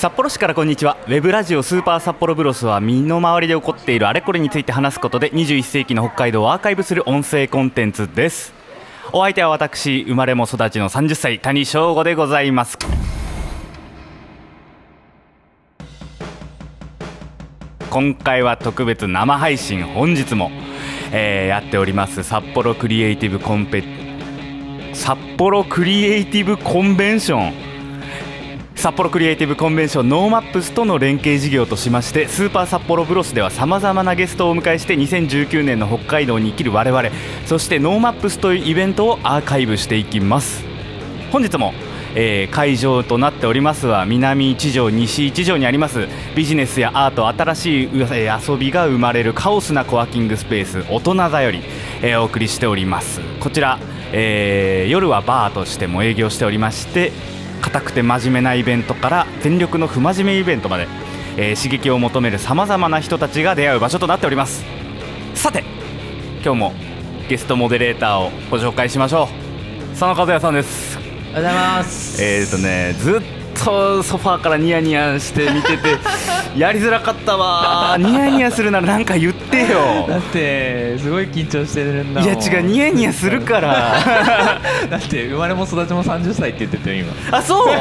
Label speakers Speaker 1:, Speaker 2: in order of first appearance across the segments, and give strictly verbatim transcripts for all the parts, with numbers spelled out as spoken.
Speaker 1: 札幌市からこんにちは。ウェブラジオスーパー札幌ブロスは身の回りで起こっているあれこれについて話すことでにじゅういっ世紀の北海道をアーカイブする音声コンテンツです。お相手は私、生まれも育ちのさんじゅっさい谷翔吾でございます。今回は特別生配信、本日も、えー、やっております札幌クリエイティブコンペ札幌クリエイティブコンベンション札幌クリエイティブコンベンションノーマップスとの連携事業としまして、スーパー札幌ブロスではさまざまなゲストをお迎えしてにせんじゅうきゅうねんの北海道に生きる我々、そしてノーマップスというイベントをアーカイブしていきます。本日も、えー、会場となっておりますは南一条西一条にありますビジネスやアート、新しい、えー、遊びが生まれるカオスなコワーキングスペース大人座より、えー、お送りしております。こちら、えー、夜はバーとしても営業しておりまして、硬くて真面目なイベントから全力の不真面目イベントまで、えー、刺激を求めるさまざまな人たちが出会う場所となっております。さて今日もゲストモデレーターをご紹介しましょう。佐野和也さんです。
Speaker 2: おはようございます。
Speaker 1: えーとねずっとソファーからニヤニヤして見ててやりづらかったわ。ニヤニヤするならなんか言ってよ。
Speaker 2: だってすごい緊張してるんだもん。
Speaker 1: いや違う、ニヤニヤするから
Speaker 2: だって生まれも育ちもさんじゅっさいって言ってたよ今。
Speaker 1: あ、そう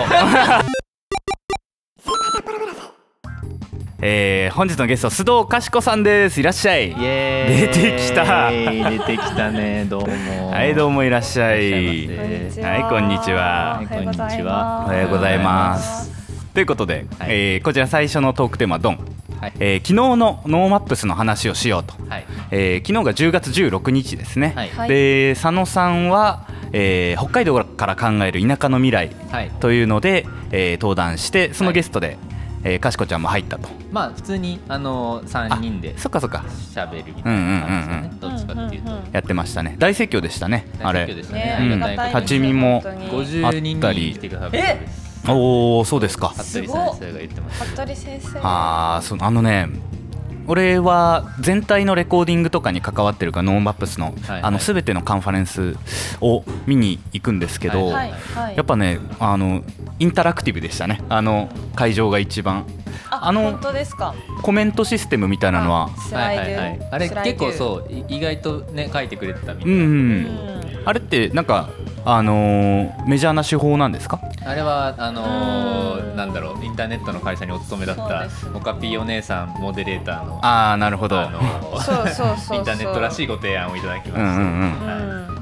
Speaker 1: えー、本日のゲスト須藤かしこさんです。いらっしゃい。
Speaker 2: イエーイ。
Speaker 1: 出てきた
Speaker 2: 出てきたね。どうも。
Speaker 1: はい、どうもいらっしゃい。
Speaker 2: はい、
Speaker 1: こんにちは。
Speaker 2: はい、こんにちは。
Speaker 1: おはようございます。ということで、はい、えー、こちら最初のトークテーマドン、はい、えー、昨日のノーマップスの話をしようと、はい、えー、昨日がじゅうがつじゅうろくにちですね、はい、で佐野さんは、えー、北海道から考える田舎の未来というので、えー、登壇して、そのゲストで、はい、えー、かしこちゃんも入ったと。
Speaker 2: まあ普通に、あのー、さんにんで
Speaker 1: そっかそっか
Speaker 2: 喋るみたいな感じですよね。どっちかっていうと
Speaker 1: やってましたね。大盛況でしたね。あれ、
Speaker 2: 立
Speaker 1: ち見も
Speaker 2: ごじゅうにん来てくださってです。
Speaker 1: おお、そうですか。
Speaker 2: 服部先生が言ってました。
Speaker 3: 服部先生。
Speaker 1: ああ、そのあのね、俺は全体のレコーディングとかに関わってるから、ノーマップスの、はいはい、あの全てのカンファレンスを見に行くんですけど、はいはい、やっぱね、あのインタラクティブでしたね。あの会場が一番。
Speaker 3: あ, あの本当ですか。
Speaker 1: コメントシステムみたいなのは、
Speaker 2: あ、はいはいはい、あれ結構そう意外とね書いてくれてたみたいな、うん、うん、
Speaker 1: あれってなんかあのー、メジャーな手法なんですか？
Speaker 2: あれはあのー、なんだろう、インターネットの会社にお勤めだったオカピーお姉さんモデレーターの、
Speaker 1: ああ、なるほど、
Speaker 2: あのー、そうそうそうそうインターネットらしいご提案をいただきました。うんうんうん、はい、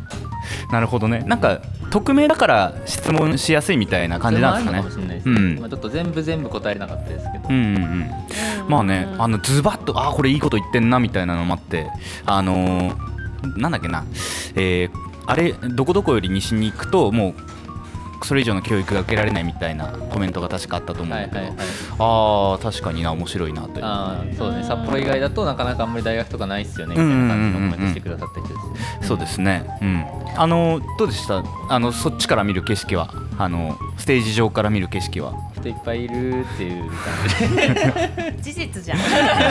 Speaker 2: な
Speaker 1: るほどね。なんか匿名だから質問しやすいみたいな感じなんですかね。
Speaker 2: それもあるかもしれないですね、うん、まあ、ちょっと全部全部答えれなかったですけど、うんうんうん、
Speaker 1: まあね、あのズバッと、あ、これいいこと言ってんなみたいなのもあって、あのー、なんだっけな、えー、あれどこどこより西に行くともうそれ以上の教育が受けられないみたいなコメントが確かあったと思うんだけど、はいはいはい、ああ確かにな、面白いなという。
Speaker 2: あ、そうね、札幌以外だとなかなかあんまり大学とかないっすよねみたいな感じのコメントしてくださった人ですね、
Speaker 1: うん、そうですね、うん、あのどうでした？あのそっちから見る景色は、あのステージ上から見る景色は。
Speaker 2: 人いっぱいいるっていう感じで
Speaker 3: 事実じゃんい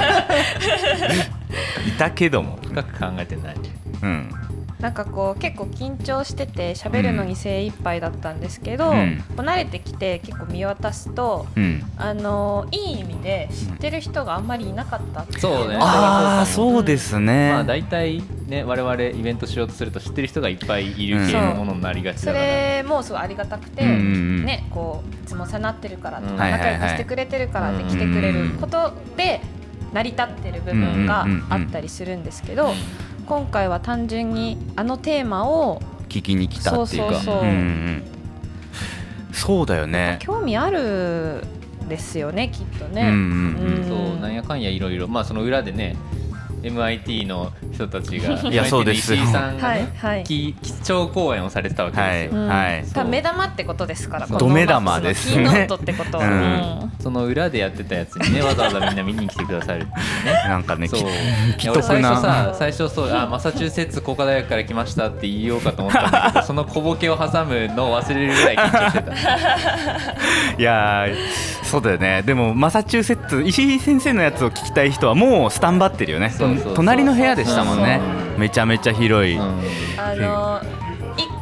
Speaker 1: たけども
Speaker 2: 深く考えてない、
Speaker 1: うん、
Speaker 3: なんかこう結構緊張してて喋るのに精一杯だったんですけど、うん、こう慣れてきて結構見渡すと、うん、あのいい意味で知ってる人があんまりいなかったっていう、
Speaker 2: そうね、
Speaker 1: ああそうですね、
Speaker 2: まあ、大体ね我々イベントしようとすると知ってる人がいっぱいいる系のものになりがちだから、
Speaker 3: それもすごいありがたくて、うんうん、ね、こういつもさなってるからとか、うん、仲良くしてくれてるからって来てくれることで成り立ってる部分があったりするんですけど、今回は単純にあのテーマを
Speaker 1: 聞きに来たっていうか、そうそうそう、うんうん、そうだよね、
Speaker 3: 興味あるですよねきっとね、うん
Speaker 2: うんうん、そうなんやかんやいろいろ、まあその裏でね エムアイティー の人たちが
Speaker 1: いやそうです
Speaker 2: 石井さんが、ね、はいはい、貴重講演をされてたわけですよ、
Speaker 3: はいはい、多分目玉ってことですから、
Speaker 1: ど目玉ですね、
Speaker 3: キーノートってことは、うん
Speaker 2: うん、その裏でやってたやつにねわざわざみんな見に来てくださるっていうね
Speaker 1: なんかね、
Speaker 2: そう
Speaker 1: き
Speaker 2: 俺最初さ最初そうあマサチューセッツ工科大学から来ましたって言おうかと思ったんだけどその小ボケを挟むのを忘れるぐらい緊張してた
Speaker 1: いやそうだよね。でもマサチューセッツ石井先生のやつを聞きたい人はもうスタンバってるよね。そうそうそう、隣の部屋でしたもんね。めちゃめちゃ広い、うん、
Speaker 3: あのいっ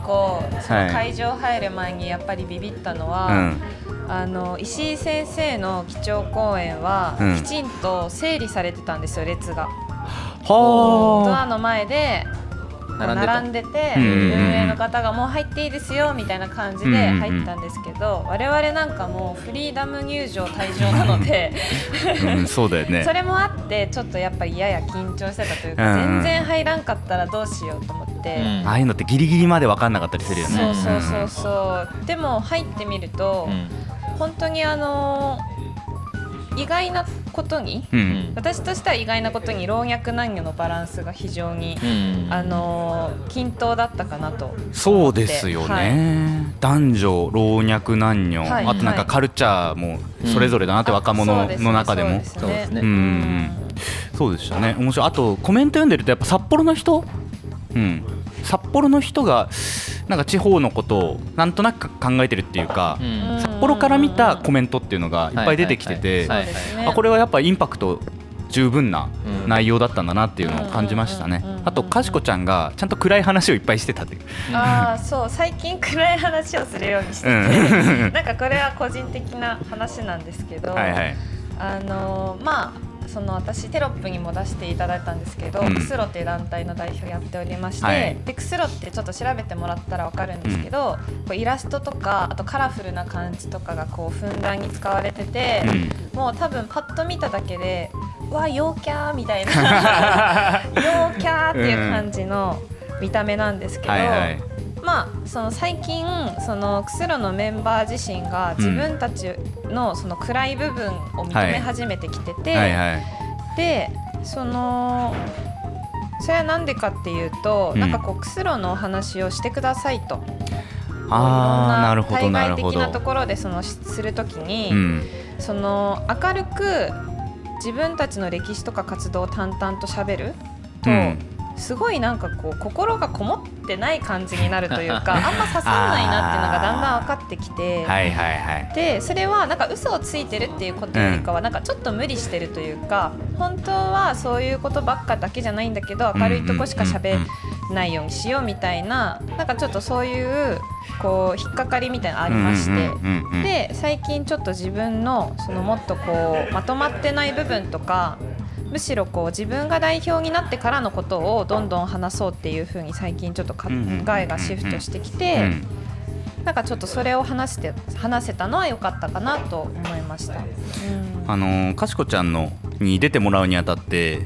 Speaker 3: 個その会場入る前にやっぱりビビったのは、
Speaker 1: うん、
Speaker 3: あの石井先生の基調講演は、うん、きちんと整理されてたんですよ、列が。ドアの前で並んでて、運営の方がもう入っていいですよみたいな感じで入ったんですけど、我々なんかもうフリーダム入場退場なので
Speaker 1: うん、そうだよね。
Speaker 3: それもあってちょっとやっぱりやや緊張してたというか、全然入らんかったらどうしようと思って、
Speaker 1: うん、ああいうのってギリギリまで分かんなかったりするよね。
Speaker 3: そうそうそうそう、でも入ってみると、うん、本当にあの意外なことに、うん、私としては意外なことに老若男女のバランスが非常に、うん、あの均等だったかなと。
Speaker 1: そうですよね、はい、男女老若男女、はい、あとなんかカルチャーもそれぞれだなって、うん、若者の中でも
Speaker 3: そうですね、
Speaker 1: そうでしたね。面白い。あとコメント読んでるとやっぱ札幌の人、うん、札幌の人がなんか地方のことをなんとなく考えてるっていうか、うん、札幌から見たコメントっていうのがいっぱい出てきてて、あ、これはやっぱインパクト十分な内容だったんだなっていうのを感じましたね。あとかしこちゃんがちゃんと暗い話をいっぱいしてたっていう。
Speaker 3: あ、そう、最近暗い話をするようにしてて、うん、なんかこれは個人的な話なんですけど、はいはい、あのまあその私テロップにも出していただいたんですけど、うん、クスロっていう団体の代表やっておりまして、はい、でクスロってちょっと調べてもらったら分かるんですけど、うん、こうイラストとかあとカラフルな感じとかがこうふんだんに使われてて、うん、もう多分パッと見ただけでうわ陽キャーみたいな陽キャーっていう感じの見た目なんですけど、はいはい、まあ、その最近そのクスロのメンバー自身が自分たちのその暗い部分を認め始めてきてて、はいはいはい、でそのそれはなんでかっていうと、うん、なんかこうクスロのお話をしてくださいと、
Speaker 1: あ、なるほど
Speaker 3: 対外的なところでそのするときに、うん、その明るく自分たちの歴史とか活動を淡々と喋ると、うん、すごいなんかこう心がこもってない感じになるというかあんま刺さんないなっていうのがだんだん分かってきて、
Speaker 1: はいはいはい、で
Speaker 3: それはなんか嘘をついてるっていうことよりかはなんかちょっと無理してるというか、本当はそういうことばっかだけじゃないんだけど明るいとこしか喋らないようにしようみたいな、なんかちょっとそういうこう引っかかりみたいなのありまして、で最近ちょっと自分のそのもっとこうまとまってない部分とか、むしろこう自分が代表になってからのことをどんどん話そうっていう風に最近ちょっと考えがシフトしてきて、なんかちょっとそれを話して話せたのは良かったかなと思いました。うん、
Speaker 1: あのー、かしこちゃんのに出てもらうにあたって、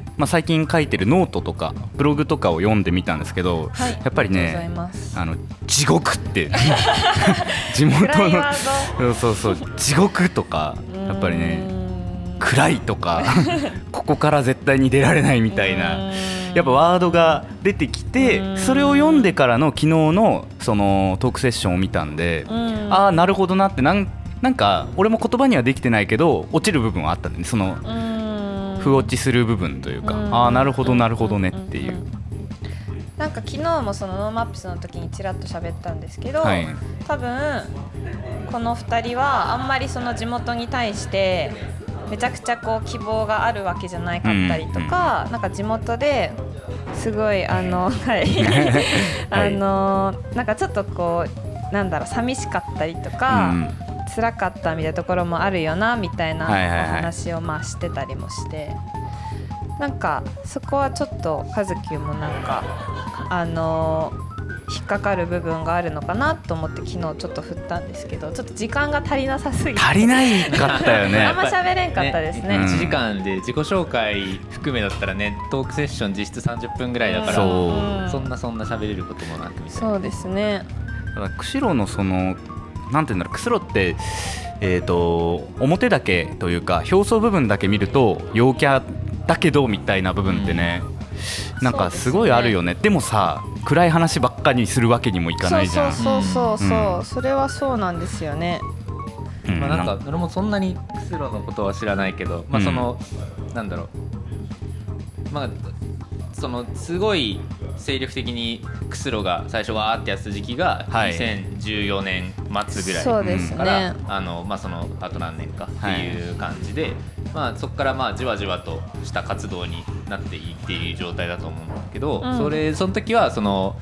Speaker 1: まあ、最近書いてるノートとかブログとかを読んでみたんですけど、はい、やっぱりね、あの地獄って地元のそうそうそう地獄とかやっぱりね暗いとかここから絶対に出られないみたいなやっぱワードが出てきて、それを読んでからの昨日のそのトークセッションを見たんで、ああなるほどなって、なんなんか俺も言葉にはできてないけど落ちる部分はあったんで、その不落ちする部分というか、ああなるほどなるほどねっていう。
Speaker 3: なんか昨日もそのノーマップスの時にちらっと喋ったんですけど、はい、多分このふたりはあんまりその地元に対してめちゃくちゃこう希望があるわけじゃないかったりとか、うんうん、なんか地元ですごいあのはいあのなんかちょっとこうなんだろう寂しかったりとか、うん、辛かったみたいなところもあるよなみたいなお話をまあしてたりもして、なんかそこはちょっと和樹もなんかあの引っかかる部分があるのかなと思って昨日ちょっと振ったんですけど、ちょっと時間が足りなさすぎて
Speaker 1: 足りないかったよね
Speaker 3: あんま喋れんかったですね、
Speaker 2: ね、いちじかんで自己紹介含めだったらね、トークセッション実質さんじゅっぷんぐらいだから、うん、そんなそんな喋れることもなくみたいな。
Speaker 3: そうですね。
Speaker 1: ただ釧路のそのなんていうんだろう、釧路ってえーと表だけというか表層部分だけ見ると陽キャだけどみたいな部分ってね、うん、なんかすごいあるよね。 で, ねでもさ暗い話ばっかりするわけにもいかないじゃん。
Speaker 3: そうそうそうそう、うん、それはそうなんですよね、
Speaker 2: うん、まあ、なんか俺もそんなに釧路のことは知らないけど、まあその、うん、なんだろう、まあそのすごい精力的に釧路が最初わーってやってた時期がにせんじゅうよねん末ぐらいから、
Speaker 3: そうですね、
Speaker 2: あのまあそのあと何年かっていう感じで、はい、まあそこからまあじわじわとした活動になっていっている状態だと思うんだけど、うん、それその時はその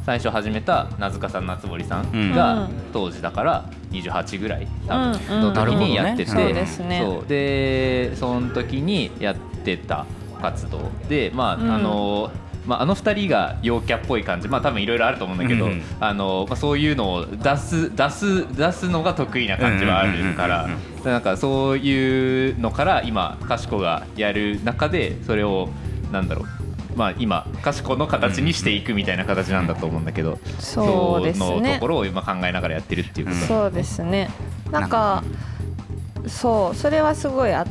Speaker 2: 最初始めた名塚さん夏森さんが、うん、当時だからにじゅうはちぐらい多分の時にやってて、うんうん、そうですね、そうでその時にやってた活動で、まあ、うん、あのまあ、あのふたりが陽キャっぽい感じ、まあ、多分いろいろあると思うんだけど、うんうん、あのまあ、そういうのを出す、出す、出すのが得意な感じはあるから、なんかそういうのから今かしこがやる中でそれをなんだろう、まあ、今かしこの形にしていくみたいな形なんだと思うんだけど、
Speaker 3: そうですね、
Speaker 2: そのところを今考えながらやってるっていうこと。
Speaker 3: そうですね、なんかそうそれはすごいあって、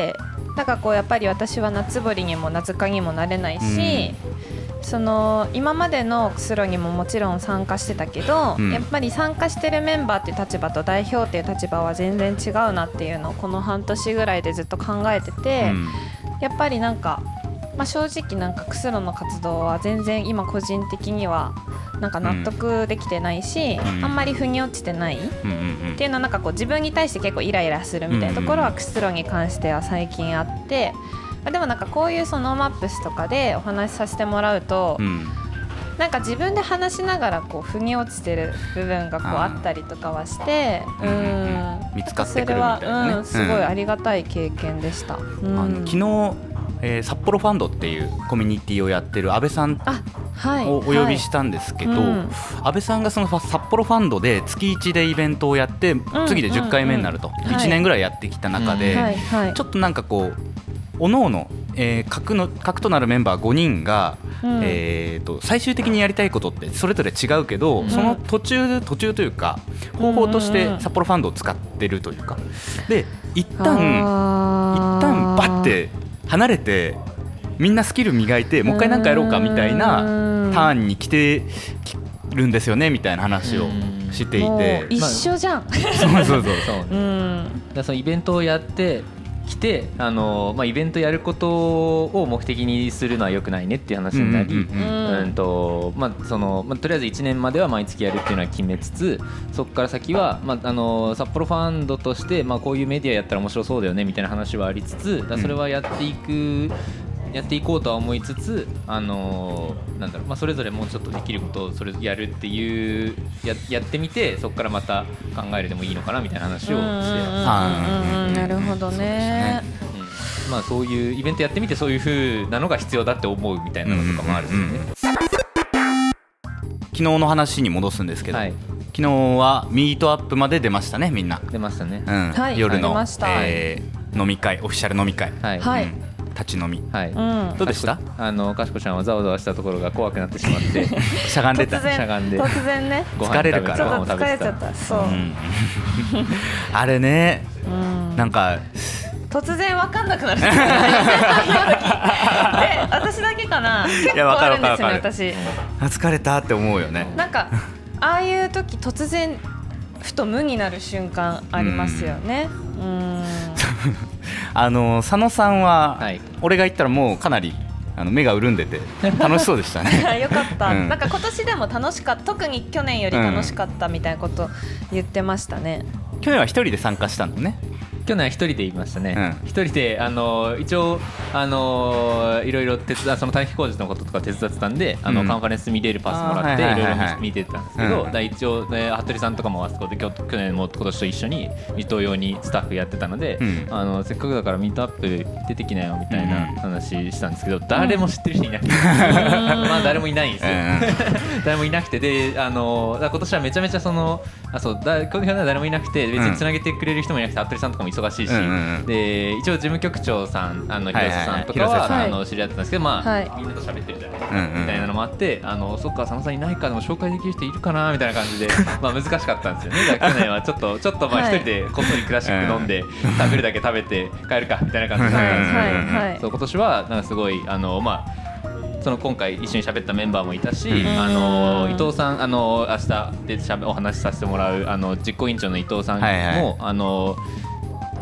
Speaker 3: なんかこうやっぱり私は夏堀にも名塚にもなれないし、うん、その今までのくすろにももちろん参加してたけど、うん、やっぱり参加してるメンバーっていう立場と代表っていう立場は全然違うなっていうのをこの半年ぐらいでずっと考えてて、うん、やっぱりなんか、まあ、正直なんかくすろの活動は全然今個人的にはなんか納得できてないし、うん、あんまり腑に落ちてない、うんうんうん、っていうのはなんかこう自分に対して結構イライラするみたいなところはくすろに関しては最近あって、でもなんかこういうそのマップスとかでお話しさせてもらうと、うん、なんか自分で話しながらこう腑に落ちてる部分がこうあったりとかはして、うん、うん
Speaker 1: 見つかってくるみたいなね、それは、うん、
Speaker 3: すごいありがたい経験でした、うん、
Speaker 1: あの昨日、えー、札幌ファンドっていうコミュニティをやってる安倍さんをお呼びしたんですけど、はいはい、うん、安倍さんがその札幌ファンドで月いちでイベントをやって、うん、次でじゅっかいめになると、うんうん、いちねんぐらいやってきた中で、はいはい、ちょっとなんかこうおのおの、えー、核の核となるメンバーごにんが、うん、えー、と最終的にやりたいことってそれぞれ違うけど、うん、その途中途中というか方法として札幌ファンドを使ってるというかで、一旦一旦バッて離れてみんなスキル磨いてもう一回何かやろうかみたいなターンに来てるんですよねみたいな話をしていて、もう
Speaker 3: 一緒じゃん、まあ、
Speaker 2: そうそうそうそう、うん、だそのイベントをやって来て、あのまあ、イベントやることを目的にするのは良くないねっていう話になり、うんとまあそのまあ、とりあえずいちねんまでは毎月やるっていうのは決めつつ、そこから先は、まあ、あの札幌ファンドとして、まあ、こういうメディアやったら面白そうだよねみたいな話はありつつ、だそれはやっていくやっていこうとは思いつつ、あのーなんだろうまあ、それぞれもうちょっとできることをそれやるっていう や, やってみて、そこからまた考えるでもいいのかなみたいな話をして、
Speaker 3: なるほどね、
Speaker 2: うん、まあ、そういうイベントやってみてそういう風なのが必要だって思うみたいなのとかもあるしね、うんうんうん、
Speaker 1: 昨日の話に戻すんですけど、はい、昨日はミートアップまで出ましたね、みんな
Speaker 2: 出ましたね、
Speaker 1: うん、はい、夜の、えー、飲み会、オフィシャル飲み会、はい、はい、うん、立ち飲み、はい、うん、どうでした？
Speaker 2: あのかしこちゃんはざわざわしたところが怖くなってしまって
Speaker 1: しゃがんでた、
Speaker 3: 突然
Speaker 1: しゃがんで
Speaker 3: 突然ね
Speaker 1: 疲れるから
Speaker 3: ちょっと疲れちゃった、そう、うん、
Speaker 1: あれね、うん、なんか
Speaker 3: 突然分かんなくなるえ、私だけかな、結構あるんですよね、私
Speaker 1: 疲れたって思うよね。
Speaker 3: なんかああいう時突然ふと無になる瞬間ありますよね。うん、うん
Speaker 1: あの佐野さんは、はい、俺が言ったらもうかなりあの目が潤んでて楽しそうでしたね
Speaker 3: よかった、うん、なんか今年でも楽しかった、特に去年より楽しかったみたいなこと言ってましたね、
Speaker 1: うん、去年は一人で参加したのね。
Speaker 2: 去年は一人でいましたね、うん、一人であの一応あのいろいろ手伝その短期工事のこととか手伝ってたんで、あの、うん、カンファレンス見れるパスもらっていろいろ見てたんですけど、うん、だ一応、ね、服部さんとかもあそこで去年も今年と一緒に同様にスタッフやってたので、うん、あのせっかくだからミートアップ出てきなよみたいな話したんですけど、誰も知ってる人いなくて、まあ誰もいないんですよ誰もいなくて、であの今年はめちゃめちゃそのあそうだ今年は誰もいなくて、別につなげてくれる人もいなくて、服部さんとかも忙しいし、うんうんうん、で一応事務局長さん、あの広瀬さんとかは、はいはいはい、あの知り合ってたんですけど、まあ、はい、みんなと喋ってるじゃないですか、うんうん、みたいなのもあって、あのそっか佐野さんいないかでも紹介できる人いるかなみたいな感じでまあ難しかったんですよね。だから去年はちょっとちょっとまあ一人でこっそりクラシック飲んで、はい、食べるだけ食べて帰るかみたいな感じだったんですけど、はいはいはい、そう今年はなんかすごいあのまあその今回一緒に喋ったメンバーもいたし、うん、あの伊藤さん、あの明日でしゃべお話しさせてもらうあの実行委員長の伊藤さんも、はいはい、あの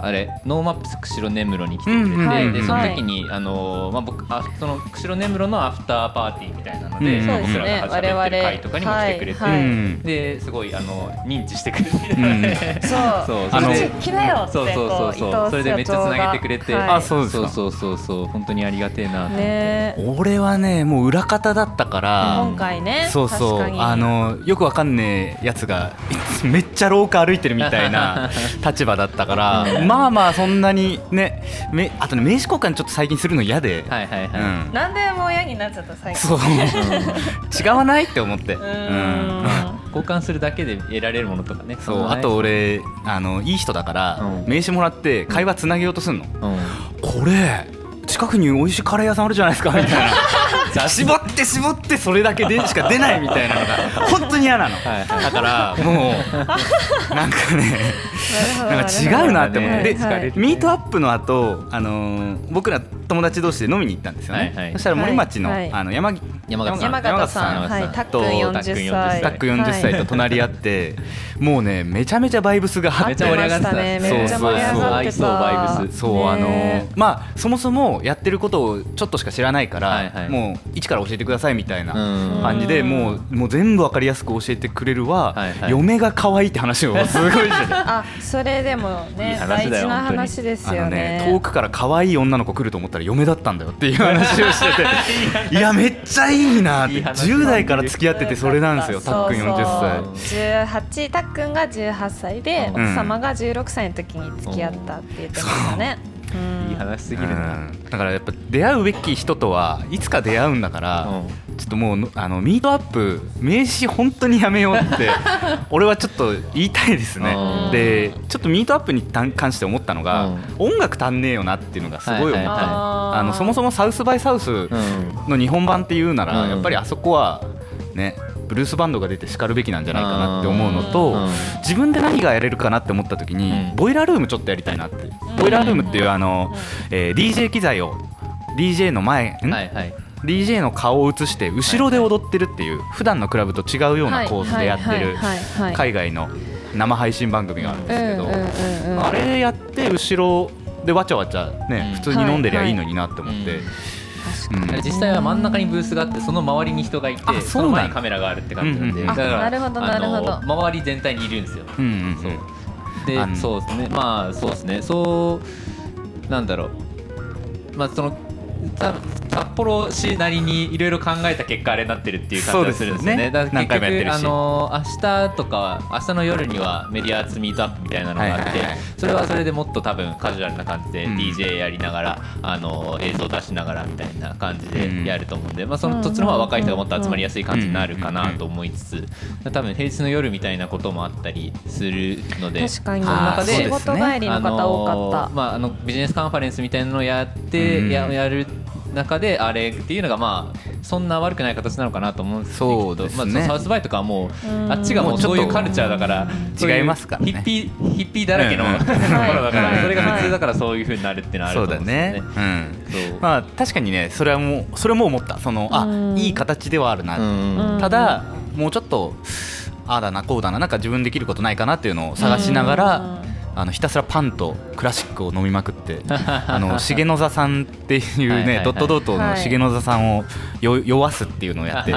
Speaker 2: あれノーマップス釧路根室に来てくれて、
Speaker 1: うんうん、
Speaker 2: でその時に、はい、あのまあ、僕あその釧路根室のアフターパーティーみたいなので、うん、僕らが初めてる会とかにも来てくれて、はいはい、ですごいあの認知してくれて、うん、
Speaker 3: そうそうそれで来なよって
Speaker 2: そうそうそうそうそれでめっちゃつなげてくれて、
Speaker 1: はい、あそうですか
Speaker 2: そうそうそう本当にありがてえなと思って、
Speaker 1: ね、俺はねもう裏方だったから、
Speaker 3: うん、今回ね
Speaker 1: そうそうあのよくわかんねえやつがめっちゃ廊下歩いてるみたいな立場だったからまあまあそんなにねめあとね名刺交換ちょっと最近するの嫌で、
Speaker 2: はいはいはい
Speaker 3: うん、なんでもう嫌になっちゃった最近
Speaker 1: そう違わないって思ってうん、
Speaker 2: 交換するだけで得られるものとかね
Speaker 1: そうあと俺あのいい人だから、うん、名刺もらって会話つなげようとすんの、うん、これ近くに美味しいカレー屋さんあるじゃないですかみたいな絞って絞ってそれだけでしか出ないみたいなのが本当に嫌なのだからもうなんかねなんか違うなって思って、はい、でミートアップの後、あのー、僕ら友達同士で飲みに行ったんですよね、はいはい、そしたら森町の、はい、あの 山,
Speaker 3: 山形さん山形さん、はい、たっくんよんじゅっさい
Speaker 1: たっくんよんじゅっさいと隣り合ってもうねめちゃめちゃバイブスが
Speaker 3: あってましたねめっちゃ盛り上がってた
Speaker 1: そうそう、あのー、まあそもそもやってることをちょっとしか知らないから、はいはい、もう一から教えてくださいみたいな感じでもう、もう全部わかりやすく教えてくれるわ、はいはい、嫁が可愛いって話をすごいしてて
Speaker 3: あそれでもね大事な話ですよ ね,
Speaker 1: ね遠くから可愛い女の子来ると思ったら嫁だったんだよっていう話をしてていやめっちゃいいなっていいじゅう代から付き合っててそれなんですよたっくんよんじゅっさい
Speaker 3: じゅうはちたっくんがじゅうはっさいで、うん、奥様がじゅうろくさいの時に付き合ったって言ってましたね、
Speaker 2: うん、いい話すぎるな、うん、
Speaker 1: だからやっぱ出会うべき人とはいつか出会うんだから、うん、ちょっともうあのミートアップ名刺本当にやめようって俺はちょっと言いたいですねでちょっとミートアップに関して思ったのが、うん、音楽足んねえよなっていうのがすごい思った、はいはいはい、あのそもそもサウスバイサウスの日本版っていうなら、うん、やっぱりあそこはねブルースバンドが出てしかるべきなんじゃないかなって思うのと、うん、自分で何がやれるかなって思った時に、うん、ボイラールームちょっとやりたいなって、うん、ボイラールームっていうあの、えー、ディージェー 機材を ディージェー の前、はいはい、ディージェー の顔を映して後ろで踊ってるっていう、はいはい、普段のクラブと違うような構図でやってる海外の生配信番組があるんですけど、あれやって後ろでわちゃわちゃね、うん、普通に飲んでりゃいいのになって思って、はいはい
Speaker 2: うん、実際は真ん中にブースがあってその周りに人がいて そ, その前にカメラがあるって感じなんで、うんうん、だから
Speaker 3: なるほどなるほど
Speaker 2: 周り全体にいるんですよ、うんうんうん、そうでそうですねまあそうですねそうなんだろうまあその札幌市なりにいろいろ考えた結果あれになってるっていう感じがするんですよね。だから結局あの明日とか明日の夜にはメディアツミートアップみたいなのがあって、はいはいはい、それはそれでもっと多分カジュアルな感じで ディージェー やりながら、うん、あの映像出しながらみたいな感じでやると思うんで、まあ、そのそっちの方は若い人がもっと集まりやすい感じになるかなと思いつつ、多分平日の夜みたいなこともあったりするので、
Speaker 3: 確かにその中で仕事帰りの方多かった、
Speaker 2: あの、まあ、あのビジネスカンファレンスみたいなのをやって、うん、や, やる中であれっていうのがまあそんな悪くない形なのかなと思うんですけど、そうですね、まあ、サウスバイとかはもうあっちがもうそういうカルチャーだから
Speaker 1: 違いますからね、
Speaker 2: ヒッピーヒッピーだらけの、うん、ところだからそれが普通だからそういう風になるっていうのはあると思うんですよね。そうだね、
Speaker 1: うん、まあ確かにねそれはもうそれも思ったそのあいい形ではあるな、うん、ただもうちょっとああだなこうだななんか自分できることないかなっていうのを探しながらあのひたすらパンとクラシックを飲みまくってあの重野座さんっていうねはいはい、はい、ドットドットの重野座さんをよ酔わすっていうのをやって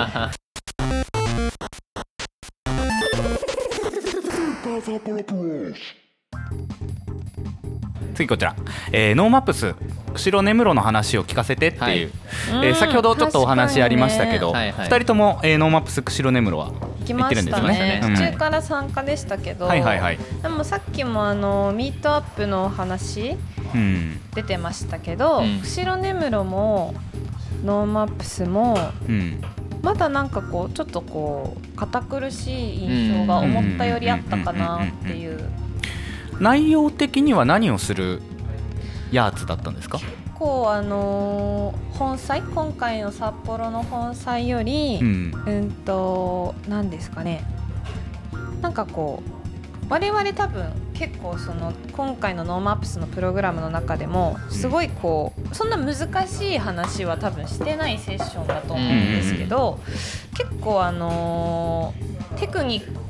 Speaker 1: 次こちら、えー、ノーマップス釧路根室の話を聞かせてっていう、はいえー、先ほどちょっとお話ありましたけど、ね、ふたりとも、えー、ノーマップス釧路根室は行ってるんですよね。
Speaker 3: 途中から参加でしたけど、はいはいはい、でもさっきもあのミートアップの話、うん、出てましたけど、うん、釧路根室もノーマップスも、うん、まだなんかこうちょっとこう堅苦しい印象が思ったよりあったかなっていう。
Speaker 1: 内容的には何をするやつだったんですか？
Speaker 3: 結構あのー、本祭今回の札幌の本祭より、うん、うんと何ですかね、なんかこう我々多分結構その今回のノーマップスのプログラムの中でもすごいこうそんな難しい話は多分してないセッションだと思うんですけど、結構あのー、テクニッ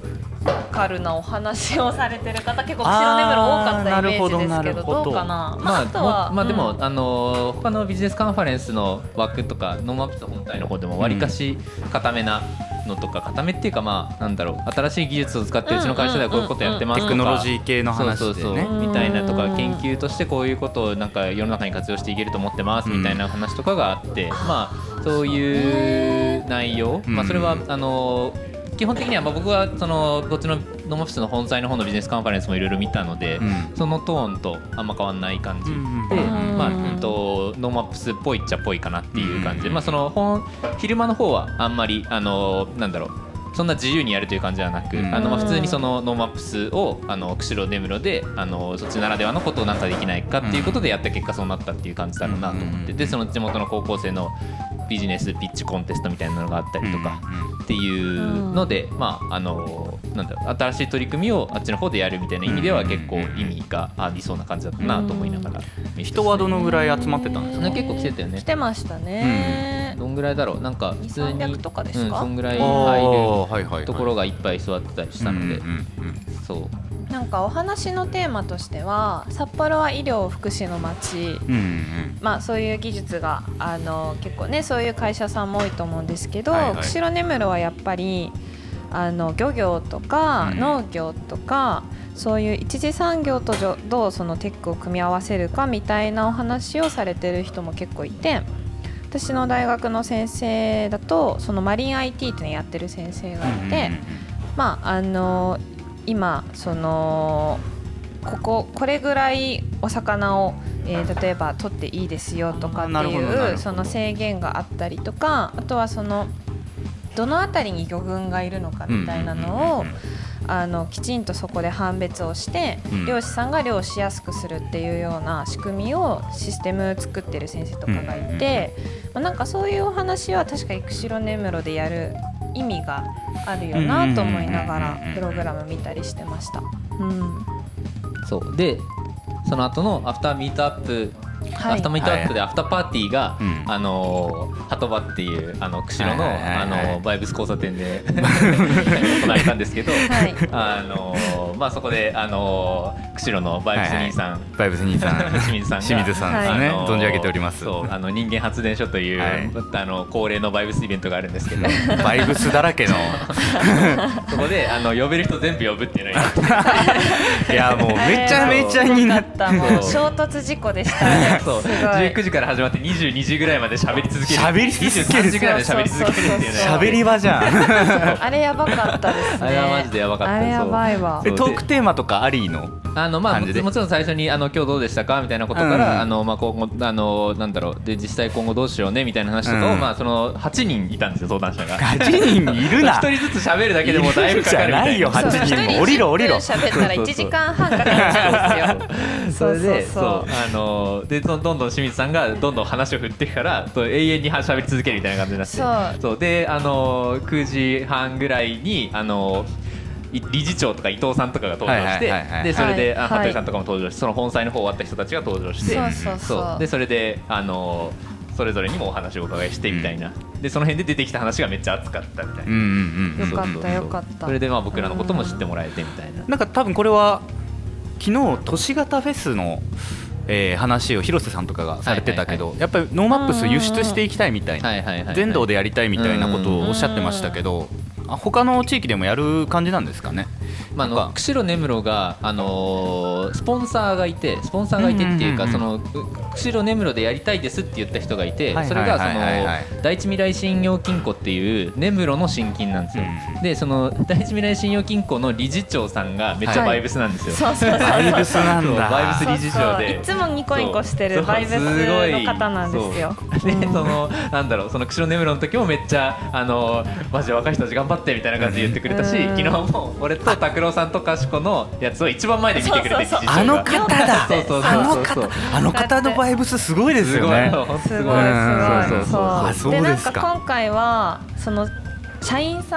Speaker 3: カルなお話をされてる方結構釧路根室多かったイメージですけど、どうかな。
Speaker 2: まあ、
Speaker 3: あとは
Speaker 2: まあでも、うん、あの他のビジネスカンファレンスの枠とかノーマップス本体の方でもわりかし固めなのとか、固めっていうか、まあなんだろう、新しい技術を使ってうちの会社ではこういうことやってますとか、
Speaker 1: テクノロジー系の話でね、
Speaker 2: そうそうそうみたいなとか、研究としてこういうことをなんか世の中に活用していけると思ってますみたいな話とかがあって、まあそういう内容、まあそれはあの基本的にはまあ僕はそのこっちのノーマップスの本妻の方のビジネスカンファレンスもいろいろ見たので、うん、そのトーンとあんま変わんない感じで、まあうんとノーマップスっぽいっちゃっぽいかなっていう感じで、まあその本昼間の方はあんまりあのなんだろうそんな自由にやるという感じではなく、うん、あのまあ普通にそのノーマップスをあの釧路根室であのそっちならではのことをなんかできないかっていうことでやった結果そうなったっていう感じだろうなと思って、でその地元の高校生のビジネスピッチコンテストみたいなのがあったりとかっていうので、まああのなんだろう新しい取り組みをあっちの方でやるみたいな意味では結構意味がありそうな感じだったなと思いながら、
Speaker 1: 人はどのぐらい集まってたんですか？
Speaker 2: 結構来てたよね。
Speaker 3: 来てましたね、
Speaker 2: うん、どんぐらいだろう、なんか普通に
Speaker 3: にせんさんびゃくとかですか、
Speaker 2: うん、そんぐらい入るところがいっぱい座ってたりしたので、そう
Speaker 3: なんかお話のテーマとしては札幌は医療福祉の街、うんうん、まあそういう技術があの結構ねそういう会社さんも多いと思うんですけど、はいはい、釧路根室はやっぱりあの漁業とか農業とか、うん、そういう一次産業とどうそのテックを組み合わせるかみたいなお話をされてる人も結構いて、私の大学の先生だとそのマリン アイティー っていうのをやってる先生がいて、うん、まああの今そのこここれぐらいお魚を、えー、例えば取っていいですよとかっていうその制限があったりとか、あとはそのどのあたりに魚群がいるのかみたいなのをあのきちんとそこで判別をして漁師さんが漁しやすくするっていうような仕組みをシステム作ってる先生とかがいて、まあ、なんかそういうお話は確かに釧路根室でやる意味があるよなと思いながらプログラム見たりしてました、うん、
Speaker 2: そうでその後のアフターミートアップ、はい、アフターミートアップでアフターパーティーが、はい、あのハトバっていうあの釧路の、はいはいはいはい、あのバイブス交差点で行われたんですけど、はい、あのまあそこであの釧路のバイブス兄さん、はいはい、
Speaker 1: バイブス兄さん
Speaker 2: 清水さんが
Speaker 1: 清水さんですね、存じ上げております。
Speaker 2: そうあの人間発電所という、はい、あの恒例のバイブスイベントがあるんですけど
Speaker 1: バイブスだらけの
Speaker 2: そこであの呼べる人全部呼ぶっていうのをや
Speaker 1: っていやもうめちゃめちゃになった
Speaker 3: もう衝突事故でしたね
Speaker 2: そうじゅうくじから始まってにじゅうにじぐらいまで喋り続ける、
Speaker 1: 喋り続ける、にじゅうさんじぐらいまで
Speaker 2: 喋り続けるっていうね、
Speaker 1: 喋り場じゃん
Speaker 3: あれやばかったですね。
Speaker 2: あれはマジでやばかった。
Speaker 3: あれやばいわ。
Speaker 1: トークテーマとかありの
Speaker 2: あの、まあ、もちろん最初にあの今日どうでしたかみたいなことから、うんあのまあ、今後あのなんだろうで実際今後どうしようねみたいな話とかを、うんまあ、そのはちにんいたんですよ相談者が。
Speaker 1: はちにんいるな
Speaker 2: ひとりずつ喋るだけでもだいぶかかるみたいな。
Speaker 1: ないよはちにんも降りろ降りろ。
Speaker 3: 喋ったらいちじかんはんかかっちゃうんですよ。
Speaker 2: それでそうあのでどんどん清水さんがどんどん話を振っていくからと永遠に喋り続けるみたいな感じになってそうそうであのくじはんぐらいにあの理事長とか伊藤さんとかが登場して、でそれで、はい、服部さんとかも登場して、その本妻の方終わった人たちが登場して、
Speaker 3: そうそうそう
Speaker 2: でそれであのそれぞれにもお話をお伺いしてみたいな、うん、でその辺で出てきた話がめっちゃ熱かったみたいな、うん
Speaker 3: うんうん、よかったよかった。
Speaker 2: それでまあ僕らのことも知ってもらえてみたいな。
Speaker 1: なんか多分これは昨日都市型フェスのえー、話を広瀬さんとかがされてたけど、はいはいはい、やっぱりノーマップス輸出していきたいみたいな、全道でやりたいみたいなことをおっしゃってましたけど、あ他の地域でもやる感じなんですかね。
Speaker 2: まあ、あの釧路根室が、あのー、スポンサーがいてスポンサーがいてっていうか、うんうんうんうん、その釧路根室でやりたいですって言った人がいて、それがその第一未来信用金庫っていう根室の信金なんですよ、うん、でその第一未来信用金庫の理事長さんがめっちゃバイブスなんですよ、
Speaker 3: はい、そうそうそう
Speaker 1: バイブスなんだ。
Speaker 2: バイブス理事長で
Speaker 3: そうそういつもニコニコしてるバイブスの方なんですよ。
Speaker 2: でそのなんだろうその釧路根室の時もめっちゃあのマジで若い人たち頑張ってみたいな感じで言ってくれたし、昨日も俺と拓郎さんとかしこのやつを一番前で見てくれて、
Speaker 3: そうそう
Speaker 1: そうあの方だ
Speaker 2: そうそうそう
Speaker 1: あの方あの方のバイブスすごいですよね。
Speaker 3: すごいすごい。
Speaker 1: そうそうそうそう。
Speaker 3: でなんか今回はその社員さん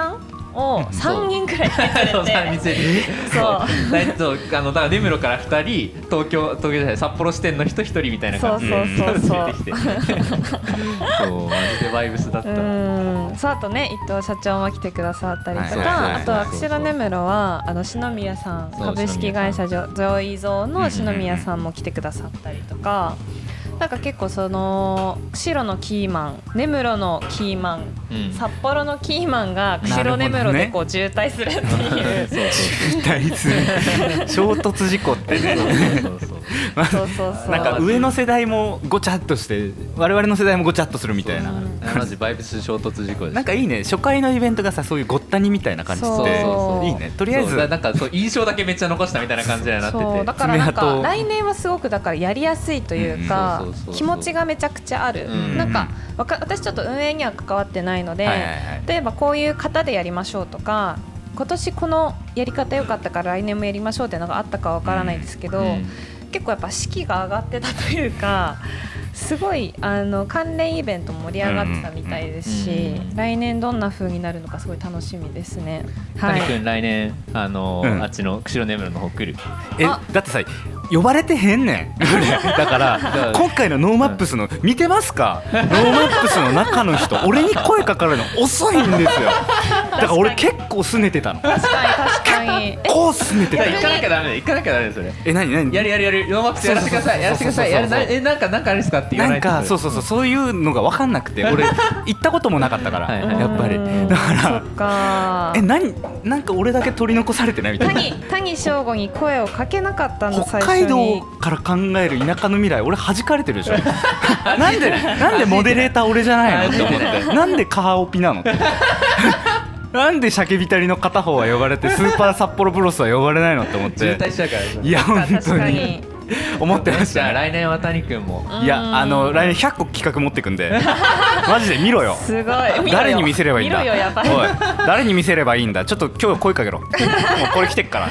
Speaker 3: をさんにんくらい連れて
Speaker 2: そうさんにん連れて
Speaker 3: そう
Speaker 2: えっとあのだから根室からふたり東京東京じゃない札幌支店の人ひとりみたいな感じで
Speaker 3: そうそうそうそう
Speaker 2: 連れてきてそうマジでバイブスだった。
Speaker 3: うんそうあとね伊藤社長も来てくださったりとか、
Speaker 1: はいはいはい
Speaker 3: あとは釧路根室はあの篠宮さん
Speaker 2: そう
Speaker 3: 株式会社ジョイゾーの篠宮さんも来てくださったりとか、なんか結構その釧路のキーマン根室のキーマン、
Speaker 2: うん
Speaker 3: 札幌のキーマンが釧路根室でこう渋滞するっていう、
Speaker 2: そう
Speaker 1: 渋滞する衝突事故ってね
Speaker 2: そうそうそう
Speaker 3: そうそうそう
Speaker 1: なんか上の世代もごちゃっとして我々の世代もごちゃっとするみたいな、
Speaker 2: マジバイブス衝突事故です。
Speaker 1: なんかいいね、初回のイベントがさそういうごったにみたいな感じ
Speaker 3: そう
Speaker 1: で
Speaker 3: そう
Speaker 1: いいね。とりあえず
Speaker 2: そうだなんかそう印象だけめっちゃ残したみたいな感じになってて、
Speaker 3: そうだからなんか
Speaker 1: 爪痕
Speaker 3: 来年はすごくだからやりやすいというか、
Speaker 2: うんそうそうそうそう
Speaker 3: 気持ちがめちゃくちゃある、
Speaker 2: うん
Speaker 3: なんかわか私ちょっと運営には関わってないので、
Speaker 1: はいはいはい
Speaker 3: 例えばこういう型でやりましょうとか今年このやり方良かったから来年もやりましょうっていうのがあったかわからないですけど、
Speaker 2: うん
Speaker 3: 結構やっぱ士気が上がってたというかすごいあの関連イベントも盛り上がってたみたいですし、
Speaker 2: うん
Speaker 3: 来年どんな風になるのかすごい楽しみですね。はい
Speaker 2: 谷君来年あの、
Speaker 1: うん
Speaker 2: あっちの釧路根室の方来る。
Speaker 1: え
Speaker 3: あ
Speaker 1: だってさ呼ばれてへんねんだから今回のノーマップスの見てますか、ノーマップスの中の人俺に声かかるの遅いんですよ。だから俺結構拗ねてたの、
Speaker 3: 確かに確かにえ
Speaker 1: こう拗ねてた
Speaker 2: いや行かなきゃダメだ行かなきゃダメだよそれ。
Speaker 1: え何何
Speaker 2: やるやるやるノーマップスやらせてくださいやらせてくださいやるなえなんかなんかあれですかって言わ
Speaker 1: な
Speaker 2: なんいと
Speaker 1: かそうそうそうそういうのが分かんなくて俺行ったこともなかったから
Speaker 2: はいはい
Speaker 1: やっぱり
Speaker 3: うん
Speaker 1: だから
Speaker 3: そっか
Speaker 1: え何なんか俺だけ取り残されてないみたいな。
Speaker 3: 谷谷翔吾に声をかけなかったの
Speaker 1: 北
Speaker 3: 最初に
Speaker 1: 海道から考える田舎の未来俺弾かれてるでしょなんでなんでモデレーター俺じゃないのって思ってなんでカーオピなのってなんで鮭浸りの片方は呼ばれてスーパー札幌ブロスは呼ばれないのって思っ
Speaker 2: 渋
Speaker 1: て
Speaker 2: 滞しちゃうからね
Speaker 1: いや本
Speaker 3: 確
Speaker 1: 当に
Speaker 3: かに
Speaker 1: 思ってまし
Speaker 2: じゃあ
Speaker 1: たね。
Speaker 2: 来年は谷君も
Speaker 1: いやあの来年ひゃっこ企画持ってくんでマジで見ろよ
Speaker 3: すごい見ろよ
Speaker 1: 誰に見せればいいんだ
Speaker 3: 見ろよやばい
Speaker 1: おい誰に見せればいいんだちょっと今日声かけろもうこれ来てっから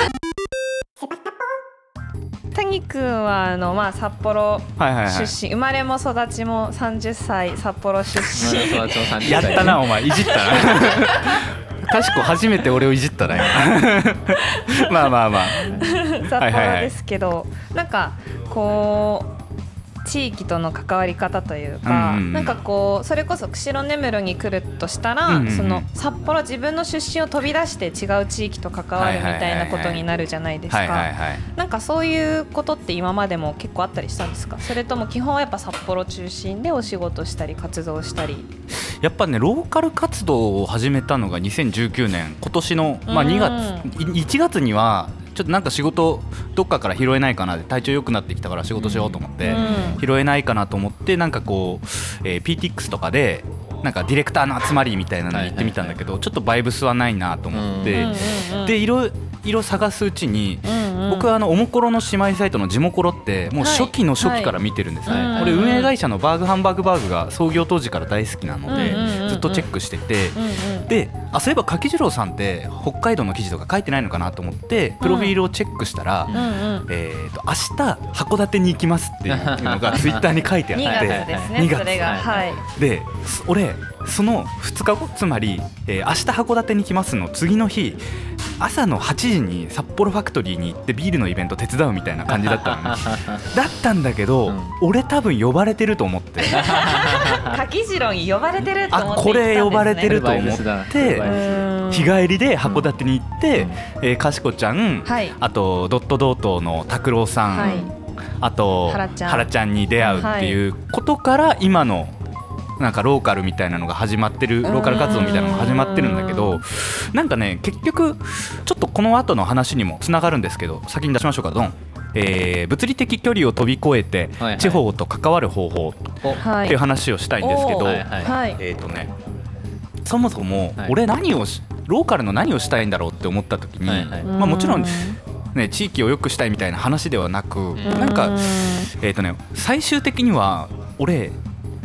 Speaker 3: 谷君はあの、まあ、札幌
Speaker 1: はいはいはい
Speaker 3: 出身、生まれも育ちもさんじゅっさい札幌出身
Speaker 1: やったなお前いじったな確か初めて俺をいじったな今まあまあまあ
Speaker 3: 札幌ですけど、なんかこう地域との関わり方というか、
Speaker 1: うんうんうん
Speaker 3: なんかこうそれこそ釧路根室に来るとしたら、
Speaker 1: うんうんうん
Speaker 3: その札幌自分の出身を飛び出して違う地域と関わるみたいなことになるじゃないです
Speaker 1: はいはい
Speaker 3: か。
Speaker 1: はい
Speaker 3: なんかそういうことって今までも結構あったりしたんですか？それとも基本はやっぱ札幌中心でお仕事したり活動したり。
Speaker 1: やっぱねローカル活動を始めたのがにせんじゅうきゅうねん今年の、まあ、にがついちがつにはちょっとなんか仕事どっかから拾えないかなで体調良くなってきたから仕事しようと思って、
Speaker 3: うん
Speaker 1: 拾えないかなと思ってなんかこう、えー、ピーティーエックス とかでなんかディレクターの集まりみたいなのに行ってみたんだけど、ちょっとバイブスはないなと思って、
Speaker 3: うんうんうん
Speaker 1: でいろいろ探すうちに、
Speaker 3: うんうん
Speaker 1: 僕はあのおもころの姉妹サイトのジモコロってもう初期の初期から見てるんですね、
Speaker 3: はいはい
Speaker 1: 俺運営会社のバーグハンバーグバーグが創業当時から大好きなので、
Speaker 3: うんうんうんうん
Speaker 1: ずっとチェックしてて、
Speaker 3: うんうん
Speaker 1: であそういえば柿次郎さんって北海道の記事とか書いてないのかなと思ってプロフィールをチェックしたら、
Speaker 3: うんうん
Speaker 1: えー、と明日函館に行きますっていうのがツイッターに書いてあっ
Speaker 3: に
Speaker 1: て
Speaker 3: がつですね
Speaker 1: にがつ
Speaker 3: それがはい
Speaker 1: で俺そのふつかごつまり、えー、明日函館に来ますの次の日朝のはちじに札幌ファクトリーに行ってビールのイベント手伝うみたいな感じだったのねだったんだけど、
Speaker 2: うん
Speaker 1: 俺多分呼ばれてると思って
Speaker 3: 柿次郎に呼ばれてると思
Speaker 1: あ
Speaker 3: って
Speaker 1: これ呼ばれてると思っ
Speaker 2: バイブスだバイ
Speaker 1: て
Speaker 2: ブス
Speaker 1: 日帰りで函館に行って、
Speaker 2: うん
Speaker 1: えーかしこちゃん、
Speaker 3: はい
Speaker 1: あとドットドートの拓郎さん、
Speaker 3: はい
Speaker 1: あと
Speaker 3: 原ちゃん
Speaker 1: ちゃんに出会うっていうことから今のなんかローカルみたいなのが始まってるローカル活動みたいなのが始まってるんだけどなんかね結局ちょっとこの後の話にもつながるんですけど先に出しましょうかドン、えー物理的距離を飛び越えて
Speaker 2: はいはい
Speaker 1: 地方と関わる方法
Speaker 2: お
Speaker 3: は
Speaker 1: っていう話をしたいんですけど、
Speaker 3: おー
Speaker 2: はいはい
Speaker 3: はい
Speaker 1: えーとねそもそも
Speaker 2: はい
Speaker 1: 俺何をしローカルの何をしたいんだろうって思った時に、
Speaker 2: はいはい
Speaker 1: まあ、もちろん
Speaker 3: う
Speaker 1: ね、地域を良くしたいみたいな話ではなく、
Speaker 2: ん
Speaker 1: なんか
Speaker 3: うん、
Speaker 1: えーとね、最終的には俺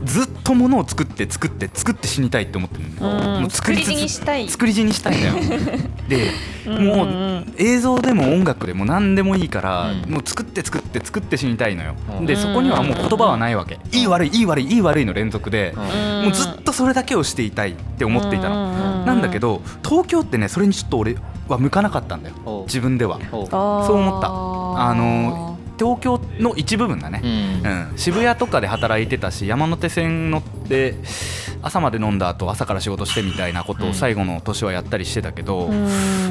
Speaker 1: ずっと物を作って作って作って死にたいって思ってるの、
Speaker 3: うん、
Speaker 1: もう
Speaker 3: 作り死にしたい
Speaker 1: 作り死にしたいんだよでもう映像でも音楽でも何でもいいから、うん、もう作って作って作って死にたいのよ、うん、でそこにはもう言葉はないわけ、いい悪いいい悪いいい悪いの連続で、うん、もうずっとそれだけをしていたいって思っていたの、うん、なんだけど東京ってねそれにちょっと俺は向かなかったんだよ自分では。そう思った。あの東京の一部分だね、うんうん、渋谷とかで働いてたし山手線乗って朝まで飲んだ後朝から仕事してみたいなことを最後の年はやったりしてたけど、うん、